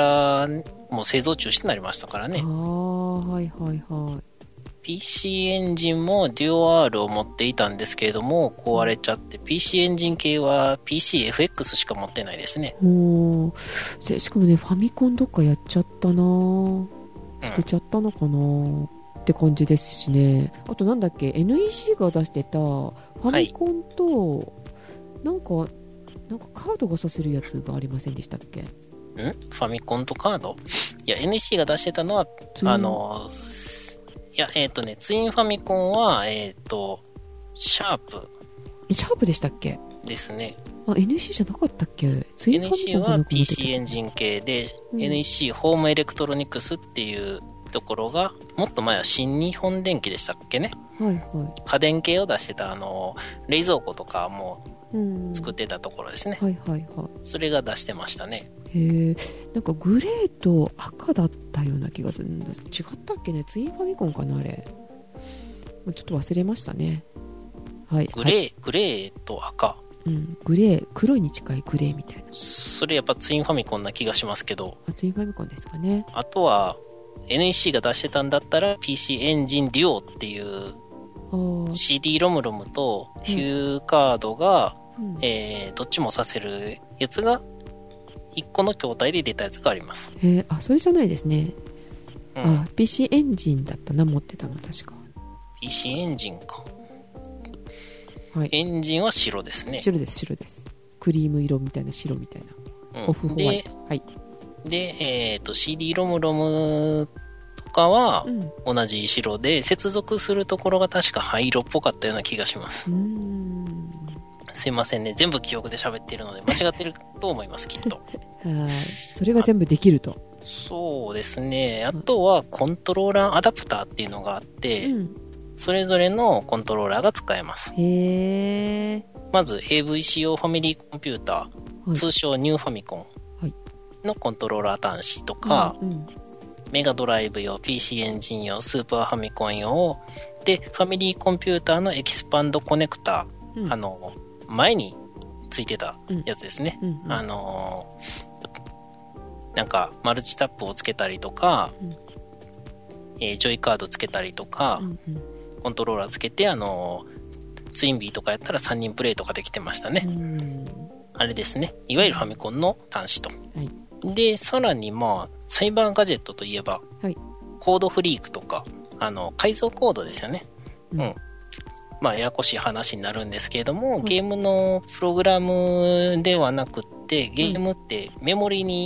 もう製造中止になりましたからね。 ああ、はいはいはい。 ピーシー エンジンも デュオ アール を持っていたんですけれども、壊れちゃって、ピーシー エンジン系は ピーシーエフエックス しか持ってないですね。 おー。しかもね、ファミコンどっかやっちゃったな、捨てちゃったのかな、うんって感じですしね。あとなんだっけ、 エヌイーシー が出してたファミコンと、はい、なんかなんかカードがさせるやつがありませんでしたっけ？ん？ ファミコンとカード？いや エヌイーシー が出してたのはあのいやえっ、ー、とねツインファミコンはえっ、ー、とシャープシャープでしたっけ？ ですね。 あ、エヌイーシー じゃなかったっけ？ ツインファミコン エヌイーシー は ピーシー エンジン系で、うん、エヌイーシー ホームエレクトロニクスっていうところが、もっと前は新日本電機でしたっけね。はいはい。家電系を出してた、あの、冷蔵庫とかも作ってたところですね。はいはいはい。それが出してましたね。 へえ。なんかグレーと赤だったような気がする。違ったっけね。ツインファミコンかな、あれ。ちょっと忘れましたね。はい。 グレー、 はい、 グレーと赤。 うん、グレー、黒に近いグレーみたいな。 それやっぱツインファミコンな気がしますけど。 あ、ツインファミコンですかね。 あとは、エヌイーシー が出してたんだったら ピーシー エンジンデュオっていう シーディー ロムロムとヒューカードが、うんえー、どっちもさせるやつがいっこの筐体で出たやつがあります。 へえ、あ、それじゃないですね。うん、あ、ピーシー エンジンだったな、持ってたの確か。 ピーシー エンジンか。はい、エンジンは白ですね。 白です、白です。クリーム色みたいな白みたいな。うん、オフホワイト。はい。 で、えっと、シーディー ロムロムとかは同じ白で、うん、接続するところが確か灰色っぽかったような気がします。うーん、すいませんね。全部記憶で喋っているので間違ってると思います、きっと。 はい。それが全部できると。 そうですね。あとはコントローラーアダプターっていうのがあって、うん、それぞれのコントローラーが使えます。へー。まず エーブイ 仕様ファミリーコンピューター、はい、通称ニューファミコンのコントローラー端子とか、うんうん、メガドライブ用、ピーシー エンジン用、スーパーファミコン用、で、ファミリーコンピューターのエキスパンドコネクター、うん、あの、前についてたやつですね。うんうんうん、あの、なんか、マルチタップをつけたりとか、うんえー、ジョイカードつけたりとか、うんうん、コントローラーつけて、あの、ツインビーとかやったらさんにんプレイとかできてましたね。うんあれですね。いわゆるファミコンの端子と。はいで、さらにまあ、サイバーガジェットといえば、はい、コードフリークとか、あの、改造コードですよね。うん。うん、まあ、ややこしい話になるんですけれども、うん、ゲームのプログラムではなくって、ゲームってメモリに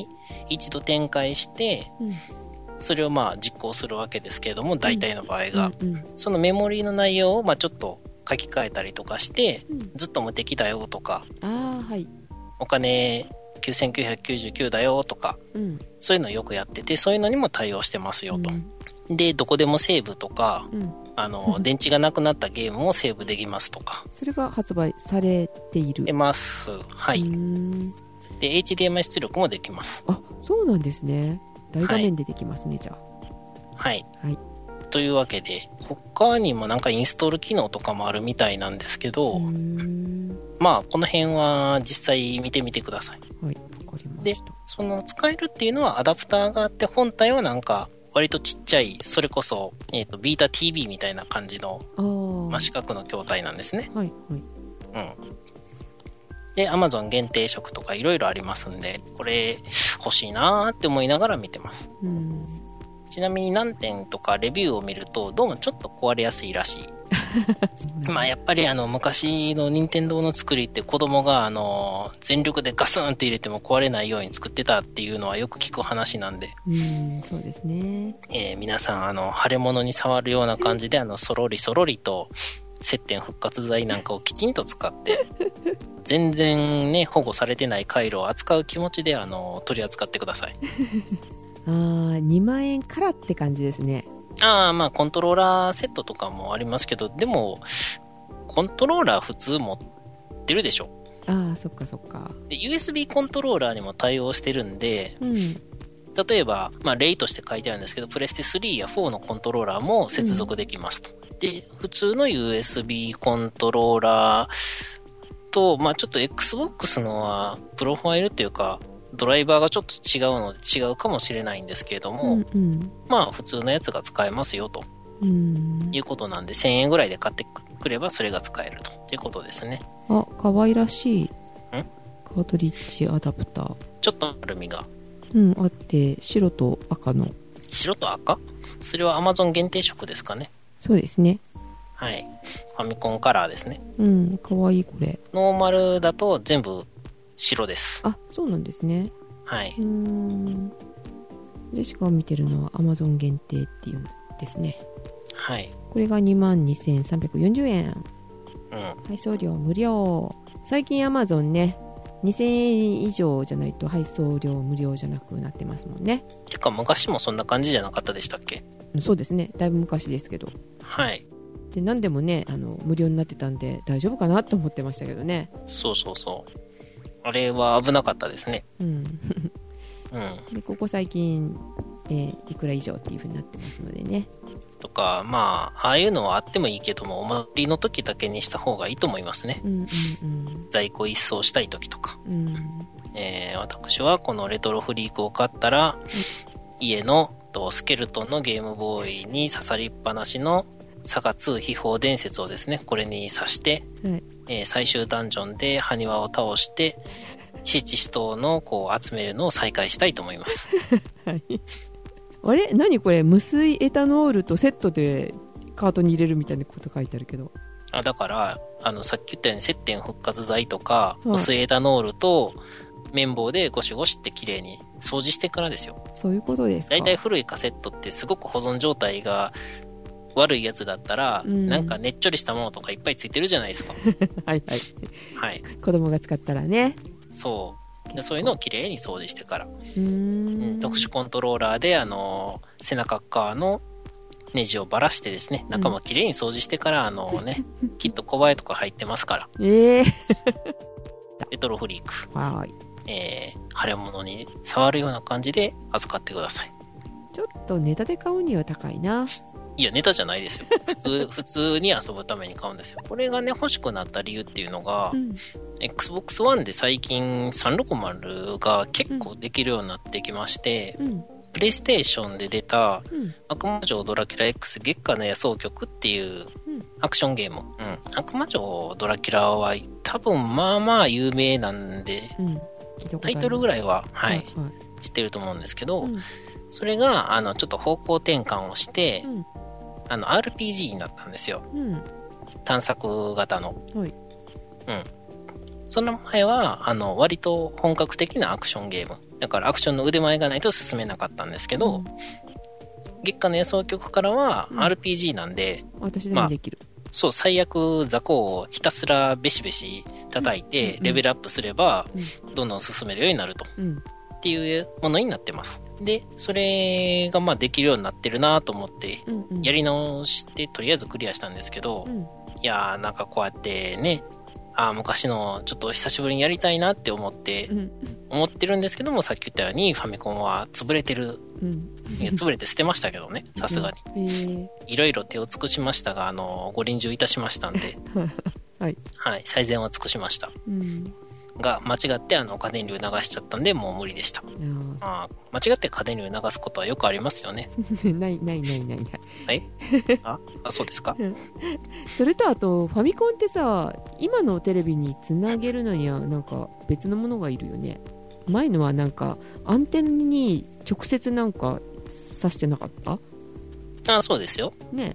一度展開して、うん、それをまあ実行するわけですけれども、大体の場合が、うんうんうん、そのメモリーの内容をまあちょっと書き換えたりとかして、うん、ずっと無敵だよとか、 あ、はい、 お金きゅうせんきゅうひゃくきゅうじゅうきゅうだよとか、うん、そういうのをよくやってて、そういうのにも対応してますよと。うん、で、どこでもセーブとか、うん、あの、電池がなくなったゲームもセーブできますとか。 それが発売されている。 出ます。はい。で、エイチディーエムアイ 出力もできます。 あ、そうなんですね。大画面でできますね、はい、じゃあ。 はい。 はい。 というわけで、他にもなんかインストール機能とかもあるみたいなんですけど、まあ、この辺は実際見てみてください。 はい、わかりました。 で、その使えるっていうのはアダプターがあって、本体はなんか、割とちっちゃい、それこそ、えっと、ビータ ティービー みたいな感じの、まあ、四角の筐体なんですね。 はい、はい。 うん。で、Amazon 限定色とかいろいろありますんで、これ欲しいなーって思いながら見てます。うん、ちなみに何点とかレビューを見ると、どうもちょっと壊れやすいらしい。まあやっぱりあの昔の任天堂の作りって子供があの全力でガスンって入れても壊れないように作ってたっていうのはよく聞く話なんで、 うん、そうですね。 えー、皆さんあの腫れ物に触るような感じであのそろりそろりと接点復活剤なんかをきちんと使って全然ね保護されてない回路を扱う気持ちであの取り扱ってください。 あー、にまんえんからって感じですね。 ああ、まあコントローラーセットとかもありますけど、でもコントローラー普通持ってるでしょ。 ああ、そっかそっか。 で ユーエスビー コントローラーにも対応してるんで、うん、例えば、まあ、例として書いてあるんですけど、プレステスリーやフォーのコントローラーも接続できますと。うん、で普通の ユーエスビー コントローラーと、まあ、ちょっと Xbox のはプロファイルっていうかドライバーがちょっと違うので違うかもしれないんですけれども、うんうん、まあ普通のやつが使えますよと、うん、いうことなんでせんえんぐらいで買ってくればそれが使えるということですね。 あ、かわいらしいカートリッジアダプター、 ちょっと丸みが、 うん、あって白と赤の。 白と赤？それは Amazon 限定色ですかね。 そうですね。 はい、ファミコンカラーですね。 うん、かわいい。これノーマルだと全部白です。 あ、そうなんですね。 はい。 うーん。ジェシカが見てるのは Amazon 限定っていうんですね。 はい。 これが にまんにせんさんびゃくよんじゅうえん。うん。配送料無料。最近 Amazon ね、にせんえん以上じゃないと配送料無料じゃなくなってますもんね。 てか昔もそんな感じじゃなかったでしたっけ？ そうですね。だいぶ昔ですけど。 はい。 で、何でもね、あの無料になってたんで大丈夫かなと思ってましたけどね。 そうそうそう。あれは危なかったですね。うん。 うん、でここ最近、えー、いくら以上っていう風になってますのでね。 とか、まあああいうのはあってもいいけども、お祭りの時だけにした方がいいと思いますね。うんうんうん、在庫一掃したい時とか。うん、えー、私はこのレトロフリークを買ったら、うん、家のとスケルトンのゲームボーイに刺さりっぱなしのサガツー秘宝伝説をですね、これに刺して、はい、えー、最終ダンジョンで埴輪を倒して七死闘のこう集めるのを再開したいと思います。 はい、あれ何これ、無水エタノールとセットでカートに入れるみたいなこと書いてあるけど。 あ、だからあのさっき言ったように接点復活剤とか、はい、無水エタノールと綿棒でゴシゴシって綺麗に掃除してからですよ。 そういうことですか。 だいたい古いカセットってすごく保存状態が悪いやつだったら、うん、なんかねっちょりしたものとかいっぱいついてるじゃないですか。 はいはい、 はい、 子供が使ったらね。 そうで、そういうのをきれいに掃除してから、うーん、うん、特殊コントローラーであの背中側のネジをばらしてですね、中もきれいに掃除してから、うん、あのねきっと小バエとか入ってますから。えー、レトロフリーク、はい、えー、腫れ物に触るような感じで扱ってください。 ちょっとネタで買うには高いな。 いや、ネタじゃないですよ。普通、普通に遊ぶために買うんですよ。これがね、欲しくなった理由っていうのが、うん、Xbox One で最近さんびゃくろくじゅうが結構できるようになってきまして、うん、プレイステーションで出た、うん、悪魔城ドラキュラ X 月下の野草曲っていうアクションゲーム。うん、悪魔城ドラキュラは多分まあまあ有名なんで、うん、タイトルぐらいは、はい、はいはい、知ってると思うんですけど、うん、それが、あの、ちょっと方向転換をして、うん、あの アールピージー になったんですよ、うん、探索型の、はい、うん、その前はあの割と本格的なアクションゲームだからアクションの腕前がないと進めなかったんですけど、うん、月下の野草曲からは アールピージー なんで、 うん、私でもできる、 まあ、そう、最悪雑魚をひたすらベシベシ叩いてレベルアップすればどんどん進めるようになると、うん、っていうものになってます。でそれがまあできるようになってるなと思ってやり直してとりあえずクリアしたんですけど、うん、いやーなんかこうやってね、あ昔のちょっと久しぶりにやりたいなって思って、うん、思ってるんですけども、さっき言ったようにファミコンは潰れてる、うん、いや潰れて捨てましたけどね、さすがにいろいろ手を尽くしましたが、あのご臨終いたしましたんではい、はい、最善は尽くしました、うん、が間違ってあの家電量流しちゃったんでもう無理でした。あ間違って家電量流すことはよくありますよねないないないないないえああそうですかそれとあとファミコンってさ、今のテレビにつなげるのにはなんか別のものがいるよね。前のはなんかアンテナに直接なんか挿してなかった？ あそうですよね。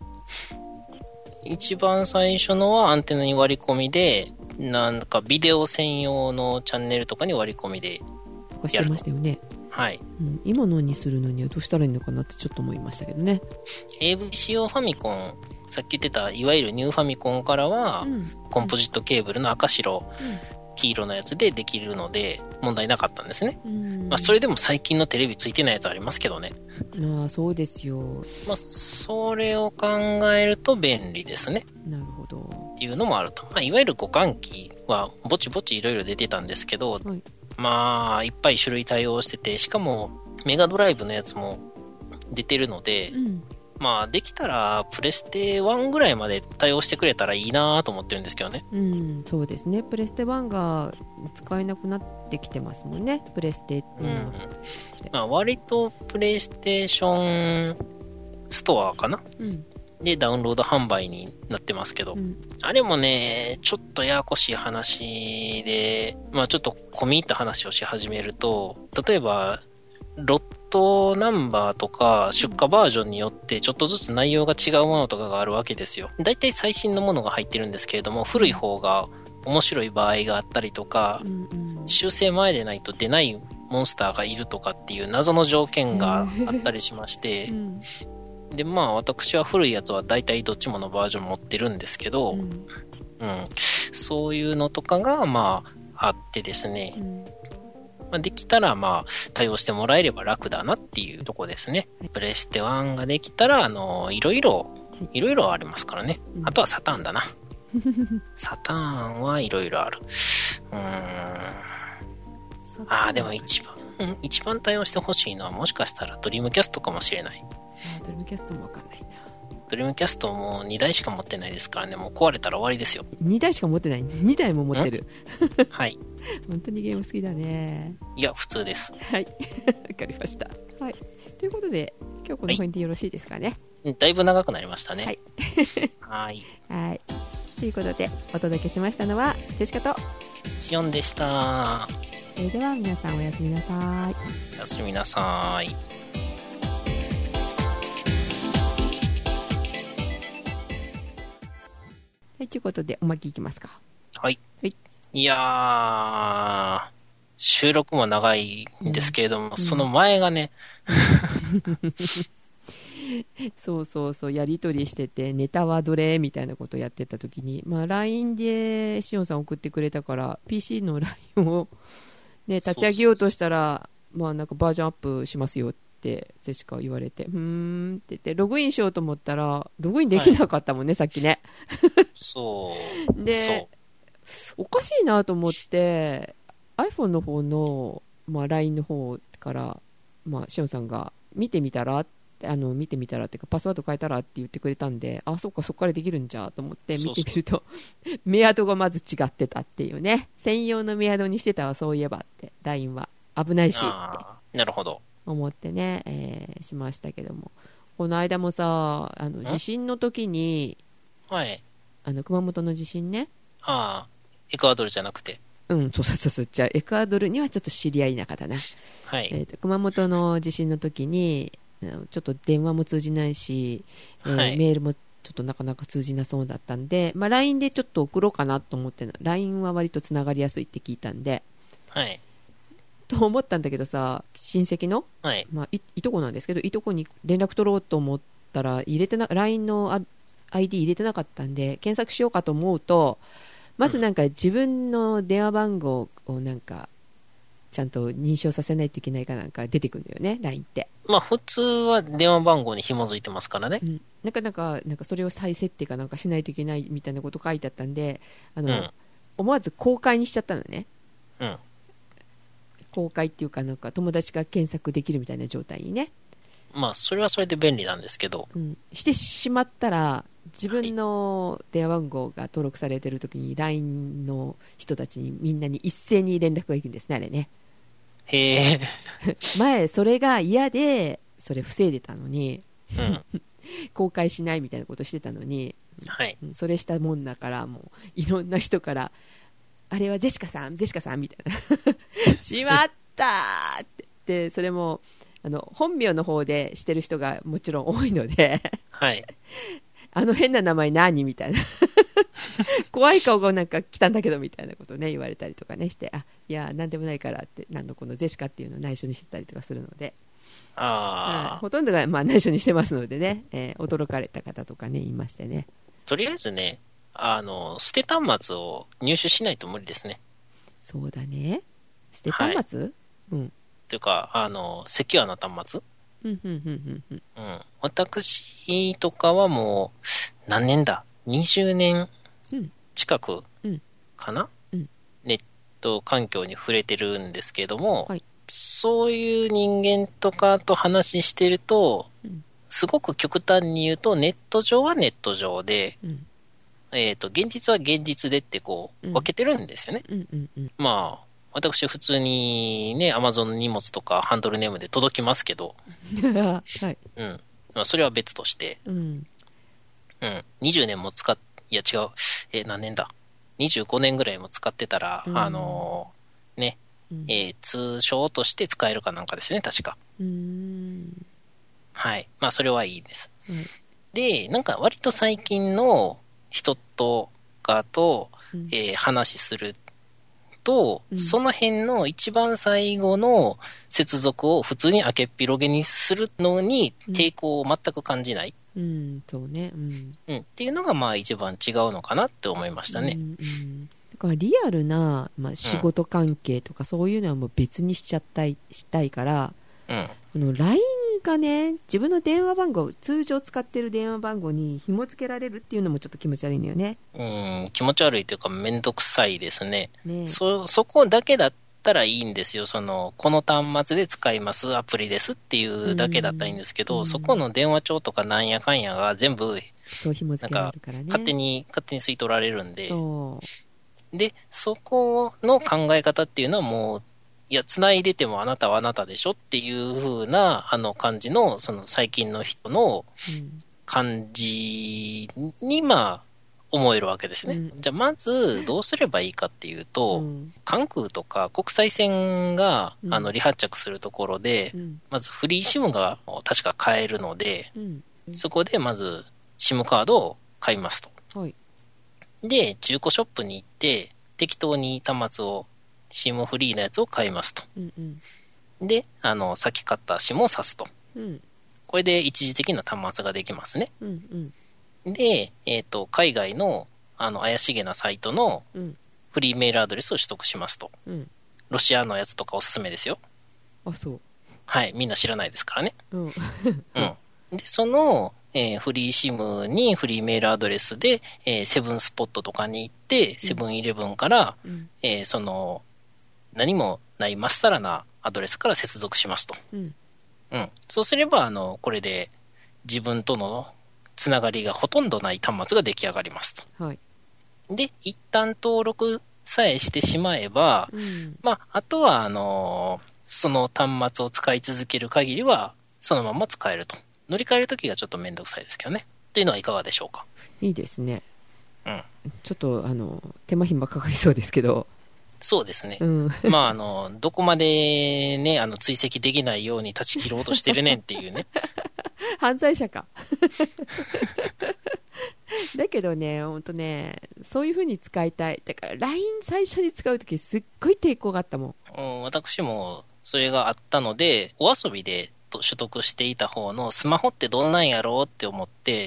一番最初のはアンテナに割り込みで、なんかビデオ専用のチャンネルとかに割り込みでやるしてましたよね。 はい、 うん、今のにするのにはどうしたらいいのかなってちょっと思いましたけどね。 エーブイ 仕様ファミコン、さっき言ってたいわゆるニューファミコンからは、うん、コンポジットケーブルの赤白、うん、黄色のやつでできるので問題なかったんですね、うんまあ、それでも最近のテレビついてないやつありますけどね。 ああそうですよ、 まあ、それを考えると便利ですね。 なるほどっていうのもあると、まあ、いわゆる互換機はぼちぼちいろいろ出てたんですけど、はい、まあいっぱい種類対応してて、しかもメガドライブのやつも出てるので、うん、まあできたらプレステワンぐらいまで対応してくれたらいいなと思ってるんですけどね。うんそうですね、プレステワンが使えなくなってきてますもんね、プレステっていうの、うんまあ、割とプレイステーションストアかな、うんでダウンロード販売になってますけど、うん、あれもねちょっとややこしい話で、まあちょっと込み入った話をし始めると、例えばロットナンバーとか出荷バージョンによってちょっとずつ内容が違うものとかがあるわけですよ。だいたい最新のものが入ってるんですけれども、古い方が面白い場合があったりとか、うんうん、修正前でないと出ないモンスターがいるとかっていう謎の条件があったりしまして、うんで、まあ私は古いやつは大体どっちものバージョン持ってるんですけど、うん、うん、そういうのとかがまああってですね、うんまあ、できたらまあ対応してもらえれば楽だなっていうとこですね。プレステワンができたら、あの、いろいろ、いろいろありますからね。あとはサターンだな。サターンはいろいろある。うーん。ああ、でも一番、一番対応してほしいのはもしかしたらドリームキャストかもしれない。 ドリームキャストもわかんないな。 ドリームキャストもにだいしか持ってないですからね、もう壊れたら終わりですよ。 にだいしか持ってない？にだいも持ってる。 はい。 本当にゲーム好きだね。 いや、普通です。 はい。わかりました。はい。ということで、今日この辺でよろしいですかね。 はい、だいぶ長くなりましたね。 はい。 はい。 はい。ということで、お届けしましたのは、ジェシカとシオンでした。 それでは皆さんおやすみなさい。 おやすみなさい。 はい、ということで、おまけいきますか。 はい。 はい。 いやー、収録も長いんですけれども、うん、その前がね、 そうそうそう、やり取りしてて、ネタはどれみたいなことをやってた時に、まあ、ライン でしおんさん送ってくれたから、ピーシー の ライン を、ね、立ち上げようとしたら、まあ、なんかバージョンアップしますよってジェシカ言われて、うーんって言ってログインしようと思ったらログインできなかったもんね、はい、さっきね。 そうでおかしいなと思って iPhone の方の、まあ、ライン の方から、まあ、しおんさんが見てみたらあの見てみたらっていうかパスワード変えたらって言ってくれたんで、あそっかそっからできるんじゃと思って見てみると、そうそうメアドがまず違ってたっていうね、専用のメアドにしてたわそういえばって、 ライン は危ないしってなるほど思ってね、えー、しましたけども、この間もさあの地震の時に、 はい、 あの熊本の地震ね、 ああエクアドルじゃなくて、 うんそうそうそう、じゃあエクアドルにはちょっと知り合いなかったな、 はいえー、と熊本の地震の時にちょっと電話も通じないし、えーはい、メールもちょっとなかなか通じなそうだったんで、まあ、ライン でちょっと送ろうかなと思って、 ライン は割とつながりやすいって聞いたんで、 はい、 と思ったんだけどさ、親戚の、 はいまあ、い, いとこなんですけど、いとこに連絡取ろうと思ったら入れてな ライン の アイディー 入れてなかったんで検索しようかと思うと、まずなんか自分の電話番号をなんかちゃんと認証させないといけないかなんか出てくるんだよね、 ライン って。 まあ普通は電話番号に紐づいてますからね、 うん、なんかなんかなんかそれを再設定かなんかしないといけないみたいなこと書いてあったんで、あの、うん、思わず公開にしちゃったのね、 うん、 公開っていうかなんか友達が検索できるみたいな状態にね。 まあそれはそれで便利なんですけど、 うん、してしまったら自分の電話番号が登録されてる時に ライン の人たちにみんなに一斉に連絡が行くんですね、あれね。 へえ。 前それが嫌でそれ防いでたのに、 うん、 公開しないみたいなことしてたのに、 はい、 それしたもんだからもういろんな人からあれはジェシカさんジェシカさんみたいなしまったーってで、それもあの本名の方でしてる人がもちろん多いので、 はい、 あの変な名前何みたいな怖い顔がなんか来たんだけどみたいなことをね言われたりとかねして、あいや何でもないからって何のこのジェシカっていうのを内緒にしてたりとかするので、 あ、 ほとんどがまあ内緒にしてますのでね、えー、驚かれた方とかねいましてね。 とりあえずね、あの捨て端末を入手しないと無理ですね。 そうだね、捨て端末、はい、うん、 というかあのセキュアな端末、 うんうんうんうんうん、私とかはもう何年だにじゅうねん近くかな、 うんうん、 ネット環境に触れてるんですけども、 はい、 そういう人間とかと話してると、うん、すごく極端に言うとネット上はネット上で、うん、えーと、現実は現実でってこう分けてるんですよね、 うんうんうんうん、 まあ私普通にね Amazon の荷物とかハンドルネームで届きますけど、 はい、 うん、まあ、それは別として、 うんうん、にじゅうねんも使っいや違う、えー、何年だにじゅうごねんぐらいも使ってたら、うん、あのー、ね、うん、えー、通称として使えるかなんかですよね確か、 うーん、 はい、まあそれはいいです、 うん、 でなんか割と最近の人とかと、うん、えー、話すると、うん、その辺の一番最後の接続を普通に開けっ広げにするのに抵抗を全く感じない、 うん、うん、そうね、うんうん、っていうのがまあ一番違うのかなって思いましたね、 うんうん、だからリアルな、まあ、仕事関係とかそういうのはもう別にしちゃったいしたいから、 うん、 この ライン がね自分の電話番号通常使ってる電話番号に紐付けられるっていうのもちょっと気持ち悪いんだよね。 うん、気持ち悪いというかめんどくさいですね。 ね、 そそこだけだったらいいんですよ。そのこの端末で使いますアプリですっていうだけだったらいいんですけど、うん、そこの電話帳とかなんやかんやが全部そう紐付けられるからね、 勝手に勝手に吸い取られるんで、 そうでそこの考え方っていうのはもういや繋いでてもあなたはあなたでしょっていう風なあの感じのその最近の人の感じにまあ思えるわけですね、うん、じゃあまずどうすればいいかっていうと、うん、関空とか国際線が、うん、あの離発着するところで、うん、まずフリーシムが確か買えるので、うんうん、そこでまず SIM カードを買いますと、 はい、 で中古ショップに行って適当に端末をSIM フリーのやつを買いますと、 うんうん、であのさっき買った SIM を挿すと、 うん、 これで一時的な端末ができますね、 うんうん、で、えーと、海外の、あの怪しげなサイトのフリーメールアドレスを取得しますと、 うん、 ロシアのやつとかおすすめですよ。 あ、そう。 はい、みんな知らないですからね、 うんうん、でその、えー、フリーシムにフリーメールアドレスで、えー、セブンスポットとかに行ってセブンイレブンから、 うんえー、その何もないまっさらなアドレスから接続しますと、 うんうん、そうすればあのこれで自分とのつながりがほとんどない端末が出来上がりますと、 はい、 で一旦登録さえしてしまえば、 うん、 まあ、あとはあのその端末を使い続ける限りはそのまま使えると。乗り換えるときがちょっとめんどくさいですけどねというのはいかがでしょうか。 いいですね、 うん、 ちょっとあの手間暇かかりそうですけど。 そうですね、 うん、 まああのどこまでねあの追跡できないように断ち切ろうとしてるねんっていうね犯罪者かだけどね、ほんとね、そういう風に使いたい。だから ライン 最初に使うときすっごい抵抗があったもん。 うん、私もそれがあったので、お遊びで取得していた方のスマホってどんなんやろうって思って、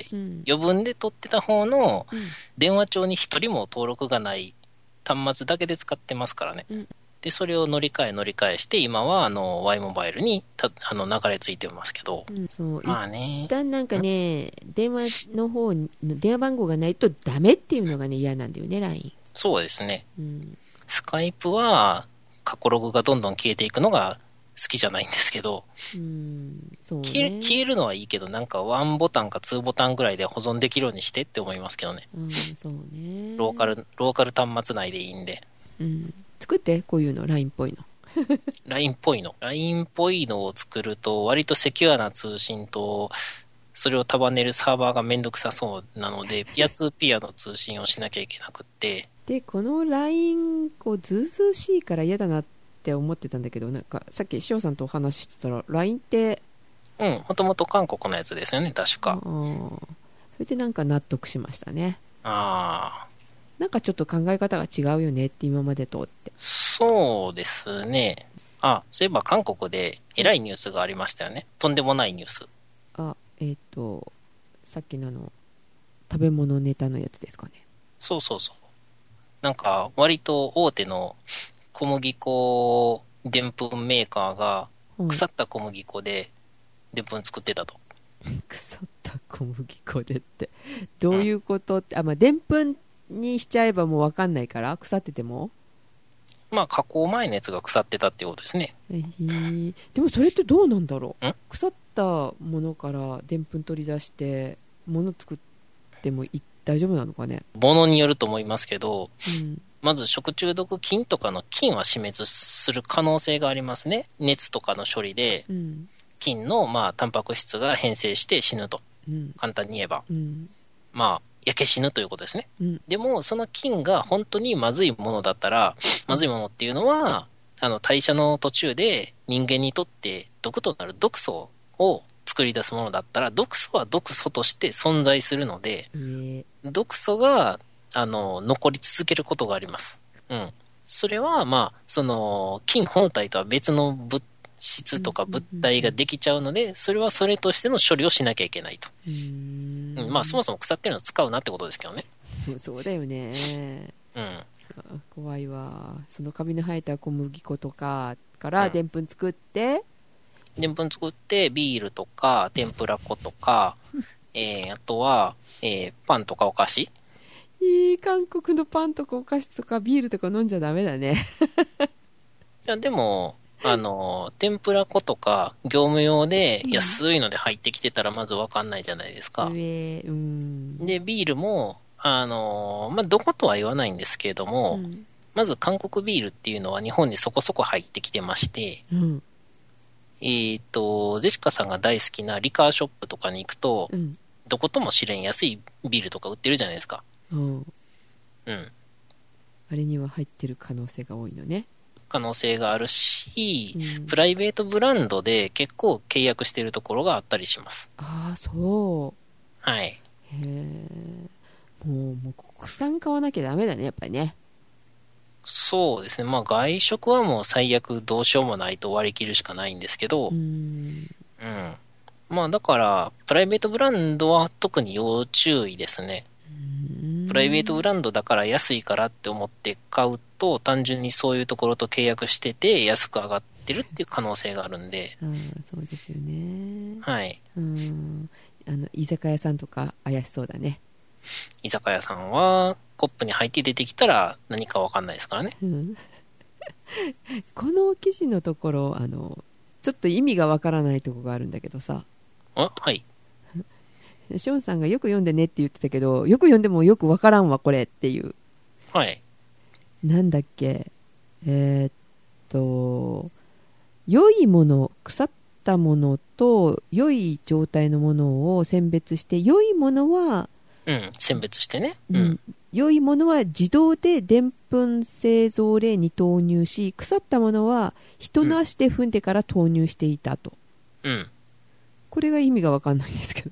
うん、余分で取ってた方の電話帳に一人も登録がない端末だけで使ってますからね。うん、で、それを乗り換え乗り換えして、今はあの Y モバイルにたあの流れ着いてますけど。 うん、そう。まあね。一旦なんかね、電話の方の電話番号がないとダメっていうのがね、嫌なんだよね、ライン。 そうですね。うん、スカイプは過去ログがどんどん消えていくのが好きじゃないんですけど、うんそうね、消え、消えるのはいいけど、なんかワンボタンかツーボタンぐらいで保存できるようにしてって思いますけどね。うん、そうね。ローカル、ローカル端末内でいいんで。 うん。作って、こういうの、ライン っぽいの。 ライン っぽいの。ライン っぽいのを作ると、割とセキュアな通信と、それを束ねるサーバーがめんどくさそうなので、ピアツーピアの通信をしなきゃいけなくって。 で、この ライン、こう、ずうずうしいから嫌だなってって思ってたんだけど、なんかさっき塩さんとお話ししてたら ライン ってうんもともと韓国のやつですよね確か。あそれでなんか納得しましたね。 ああなんかちょっと考え方が違うよねって今までとって。 そうですね。あそういえば韓国でえらいニュースがありましたよね。とんでもないニュース。 あえっ、ー、とさっきのあの食べ物ネタのやつですかね。 そうそうそう。なんか割と大手の小麦粉でんぷんメーカーが腐った小麦粉ででんぷん作ってたと、 うん、腐った小麦粉でってどういうことって、うん、あまあでんぷんにしちゃえばもう分かんないから腐っててもまあ加工前のやつが腐ってたっていうことですね。 えー、でもそれってどうなんだろう。腐ったものからでんぷん取り出して物作ってもい大丈夫なのかね。 ものによると思いますけど、うんまず食中毒菌とかの菌は死滅する可能性がありますね。熱とかの処理で、うん、菌のまあタンパク質が変性して死ぬと、うん、簡単に言えば、うん、まあ焼け死ぬということですね、うん、でもその菌が本当にまずいものだったら、まずいものっていうのはあの代謝の途中で人間にとって毒となる毒素を作り出すものだったら毒素は毒素として存在するので、えー、毒素があの残り続けることがあります。うん。それはまあその菌本体とは別の物質とか物体ができちゃうので、それはそれとしての処理をしなきゃいけないと。うーん、うん、まあそもそも腐ってるのを使うなってことですけどね。 そうだよね。うん。怖いわ。そのカビの生えた小麦粉とかからでんぷん作って、 でんぷん作ってビールとか天ぷら粉とか、えー、あとは、えー、パンとかお菓子。 いい韓国のパンとかお菓子とかビールとか飲んじゃダメだね。 いやでもあの天ぷら粉とか業務用で安いので入ってきてたらまず分かんないじゃないですか、うん、でビールもあの、まあ、どことは言わないんですけれども、うん、まず韓国ビールっていうのは日本にそこそこ入ってきてまして、うん、えーとジェシカさんが大好きなリカーショップとかに行くと、うん、どことも知れん安いビールとか売ってるじゃないですか。うん、 うん、あれには入ってる可能性が多いのね。 可能性があるし、うん、プライベートブランドで結構契約しているところがあったりします。 ああそう。 はい。 へえ。もう、もう国産買わなきゃダメだねやっぱりね。 そうですね。まあ外食はもう最悪どうしようもないと割り切るしかないんですけど、うん、うん、まあだからプライベートブランドは特に要注意ですね。プライベートブランドだから安いからって思って買うと単純にそういうところと契約してて安く上がってるっていう可能性があるんで。 あそうですよね。 はい。 うんあの居酒屋さんとか怪しそうだね。 居酒屋さんはコップに入って出てきたら何か分かんないですからね、うん、 この記事のところあのちょっと意味が分からないところがあるんだけどさ。 あはいショーンさんがよく読んでねって言ってたけどよく読んでもよくわからんわこれっていう。 はいなんだっけえー、っと良いもの腐ったものと良い状態のものを選別して良いものはうん選別してね、 うん、良いものは自動ででんぷん製造例に投入し腐ったものは人の足で踏んでから投入していたと、うん、これが意味がわかんないんですけど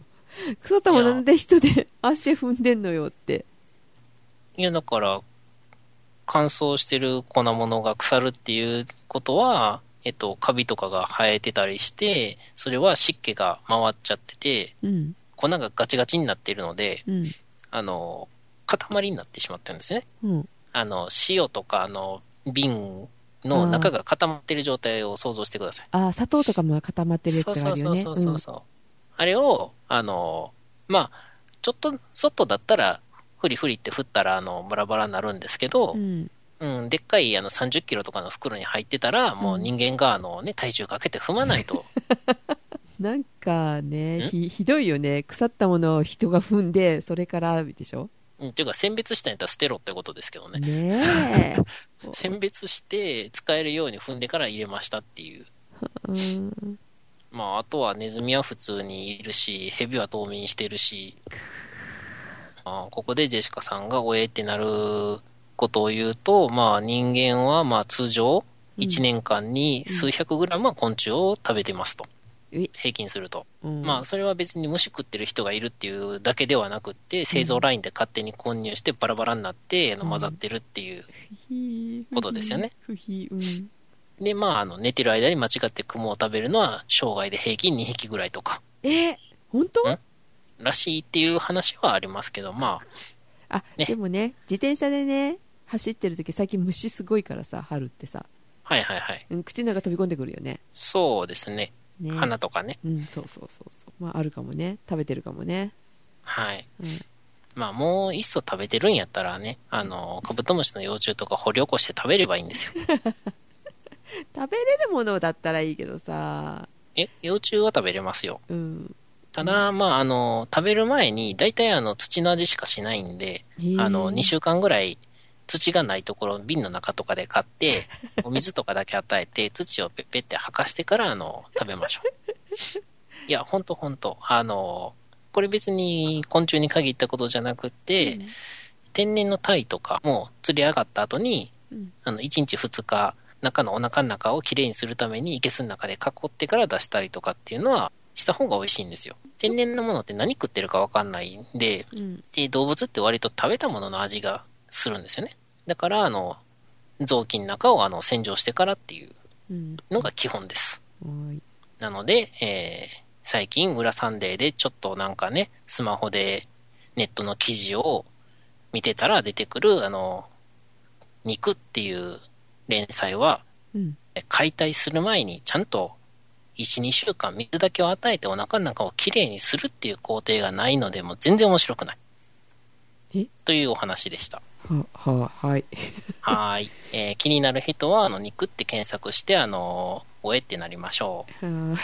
腐ったものなんで人で足で踏んでんのよって。 いや、だから、乾燥してる粉物が腐るっていうことは、えっと、カビとかが生えてたりして、それは湿気が回っちゃってて、うん、粉がガチガチになっているので、うん、あの、塊になってしまってるんですね。うん、あの、塩とか、あの、瓶の中が固まってる状態を想像してください。 ああ、砂糖とかも固まってるやつがあるよね。 そうそうそうそう。うん、あれを、あの、まあ、ちょっと外だったら、フリフリって振ったら、あの、バラバラになるんですけど、うんうん、でっかいあのさんじゅっキロとかの袋に入ってたら、もう人間があの、ね、体重かけて踏まないと。 なんかねひ、ひどいよね。腐ったものを人が踏んで、それからでしょ。 うん、っていうか選別したんやったら捨てろってことですけどね。 ねえ。選別して使えるように踏んでから入れましたっていう。うんまあ、あとはネズミは普通にいるし、ヘビは冬眠してるし、まあ、ここでジェシカさんがおえってなることを言うと、まあ人間はまあ通常いちねんかんに数百グラムは昆虫を食べてますと。うん、平均すると。うん、まあそれは別に虫食ってる人がいるっていうだけではなくって、製造ラインで勝手に混入してバラバラになって混ざってるっていうことですよね。うん、で、まああの寝てる間に間違ってクモを食べるのは生涯で平均にひきぐらいとか。 え、本当？ んらしいっていう話はありますけど、まあ。あ、ね、でもね、自転車でね、走ってる時最近虫すごいからさ、春ってさ、 はいはいはい、 うん、口の中飛び込んでくるよね。 そうですね、ね、鼻とかね、 うん、そうそうそうそう、まああるかもね、食べてるかもね。 はい、うん、まあもういっそ食べてるんやったらね、あのカブトムシの幼虫とか掘り起こして食べればいいんですよ。 食べれるものだったらいいけどさ。 え、幼虫は食べれますよ。うん。ただ、まあ、あの、食べる前に、大体あの、土の味しかしないんで、あの、にしゅうかんぐらい、土がないところ、瓶の中とかで買って、お水とかだけ与えて、土をペッペって吐かしてから、あの、食べましょう。いや、ほんとほんと。あの、これ別に昆虫に限ったことじゃなくて、うん、天然の鯛とかも釣り上がった後に、うん、あの、いちにちふつか、中のお腹の中をきれいにするために、いけすの中で囲ってから出したりとかっていうのは、した方が美味しいんですよ。天然のものって何食ってるか分かんないんで、うん、で動物って割と食べたものの味がするんですよね。だからあの臓器の中をあの洗浄してからっていうのが基本です。うん、なので、えー、最近裏サンデーでちょっとなんかね、スマホでネットの記事を見てたら出てくるあの肉っていう連載は、うん、解体する前にちゃんといち、にしゅうかん水だけを与えてお腹の中をきれいにするっていう工程がないので、もう全然面白くない。えというお話でした。 は、は、はい。 はい、えー。気になる人は、あの、肉って検索して、あの、おえってなりましょう。 はい。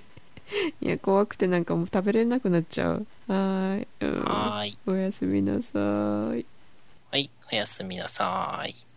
いや、怖くてなんかもう食べれなくなっちゃう。はい。うん、 はい。 おやすみなさい。 はい、おやすみなさい。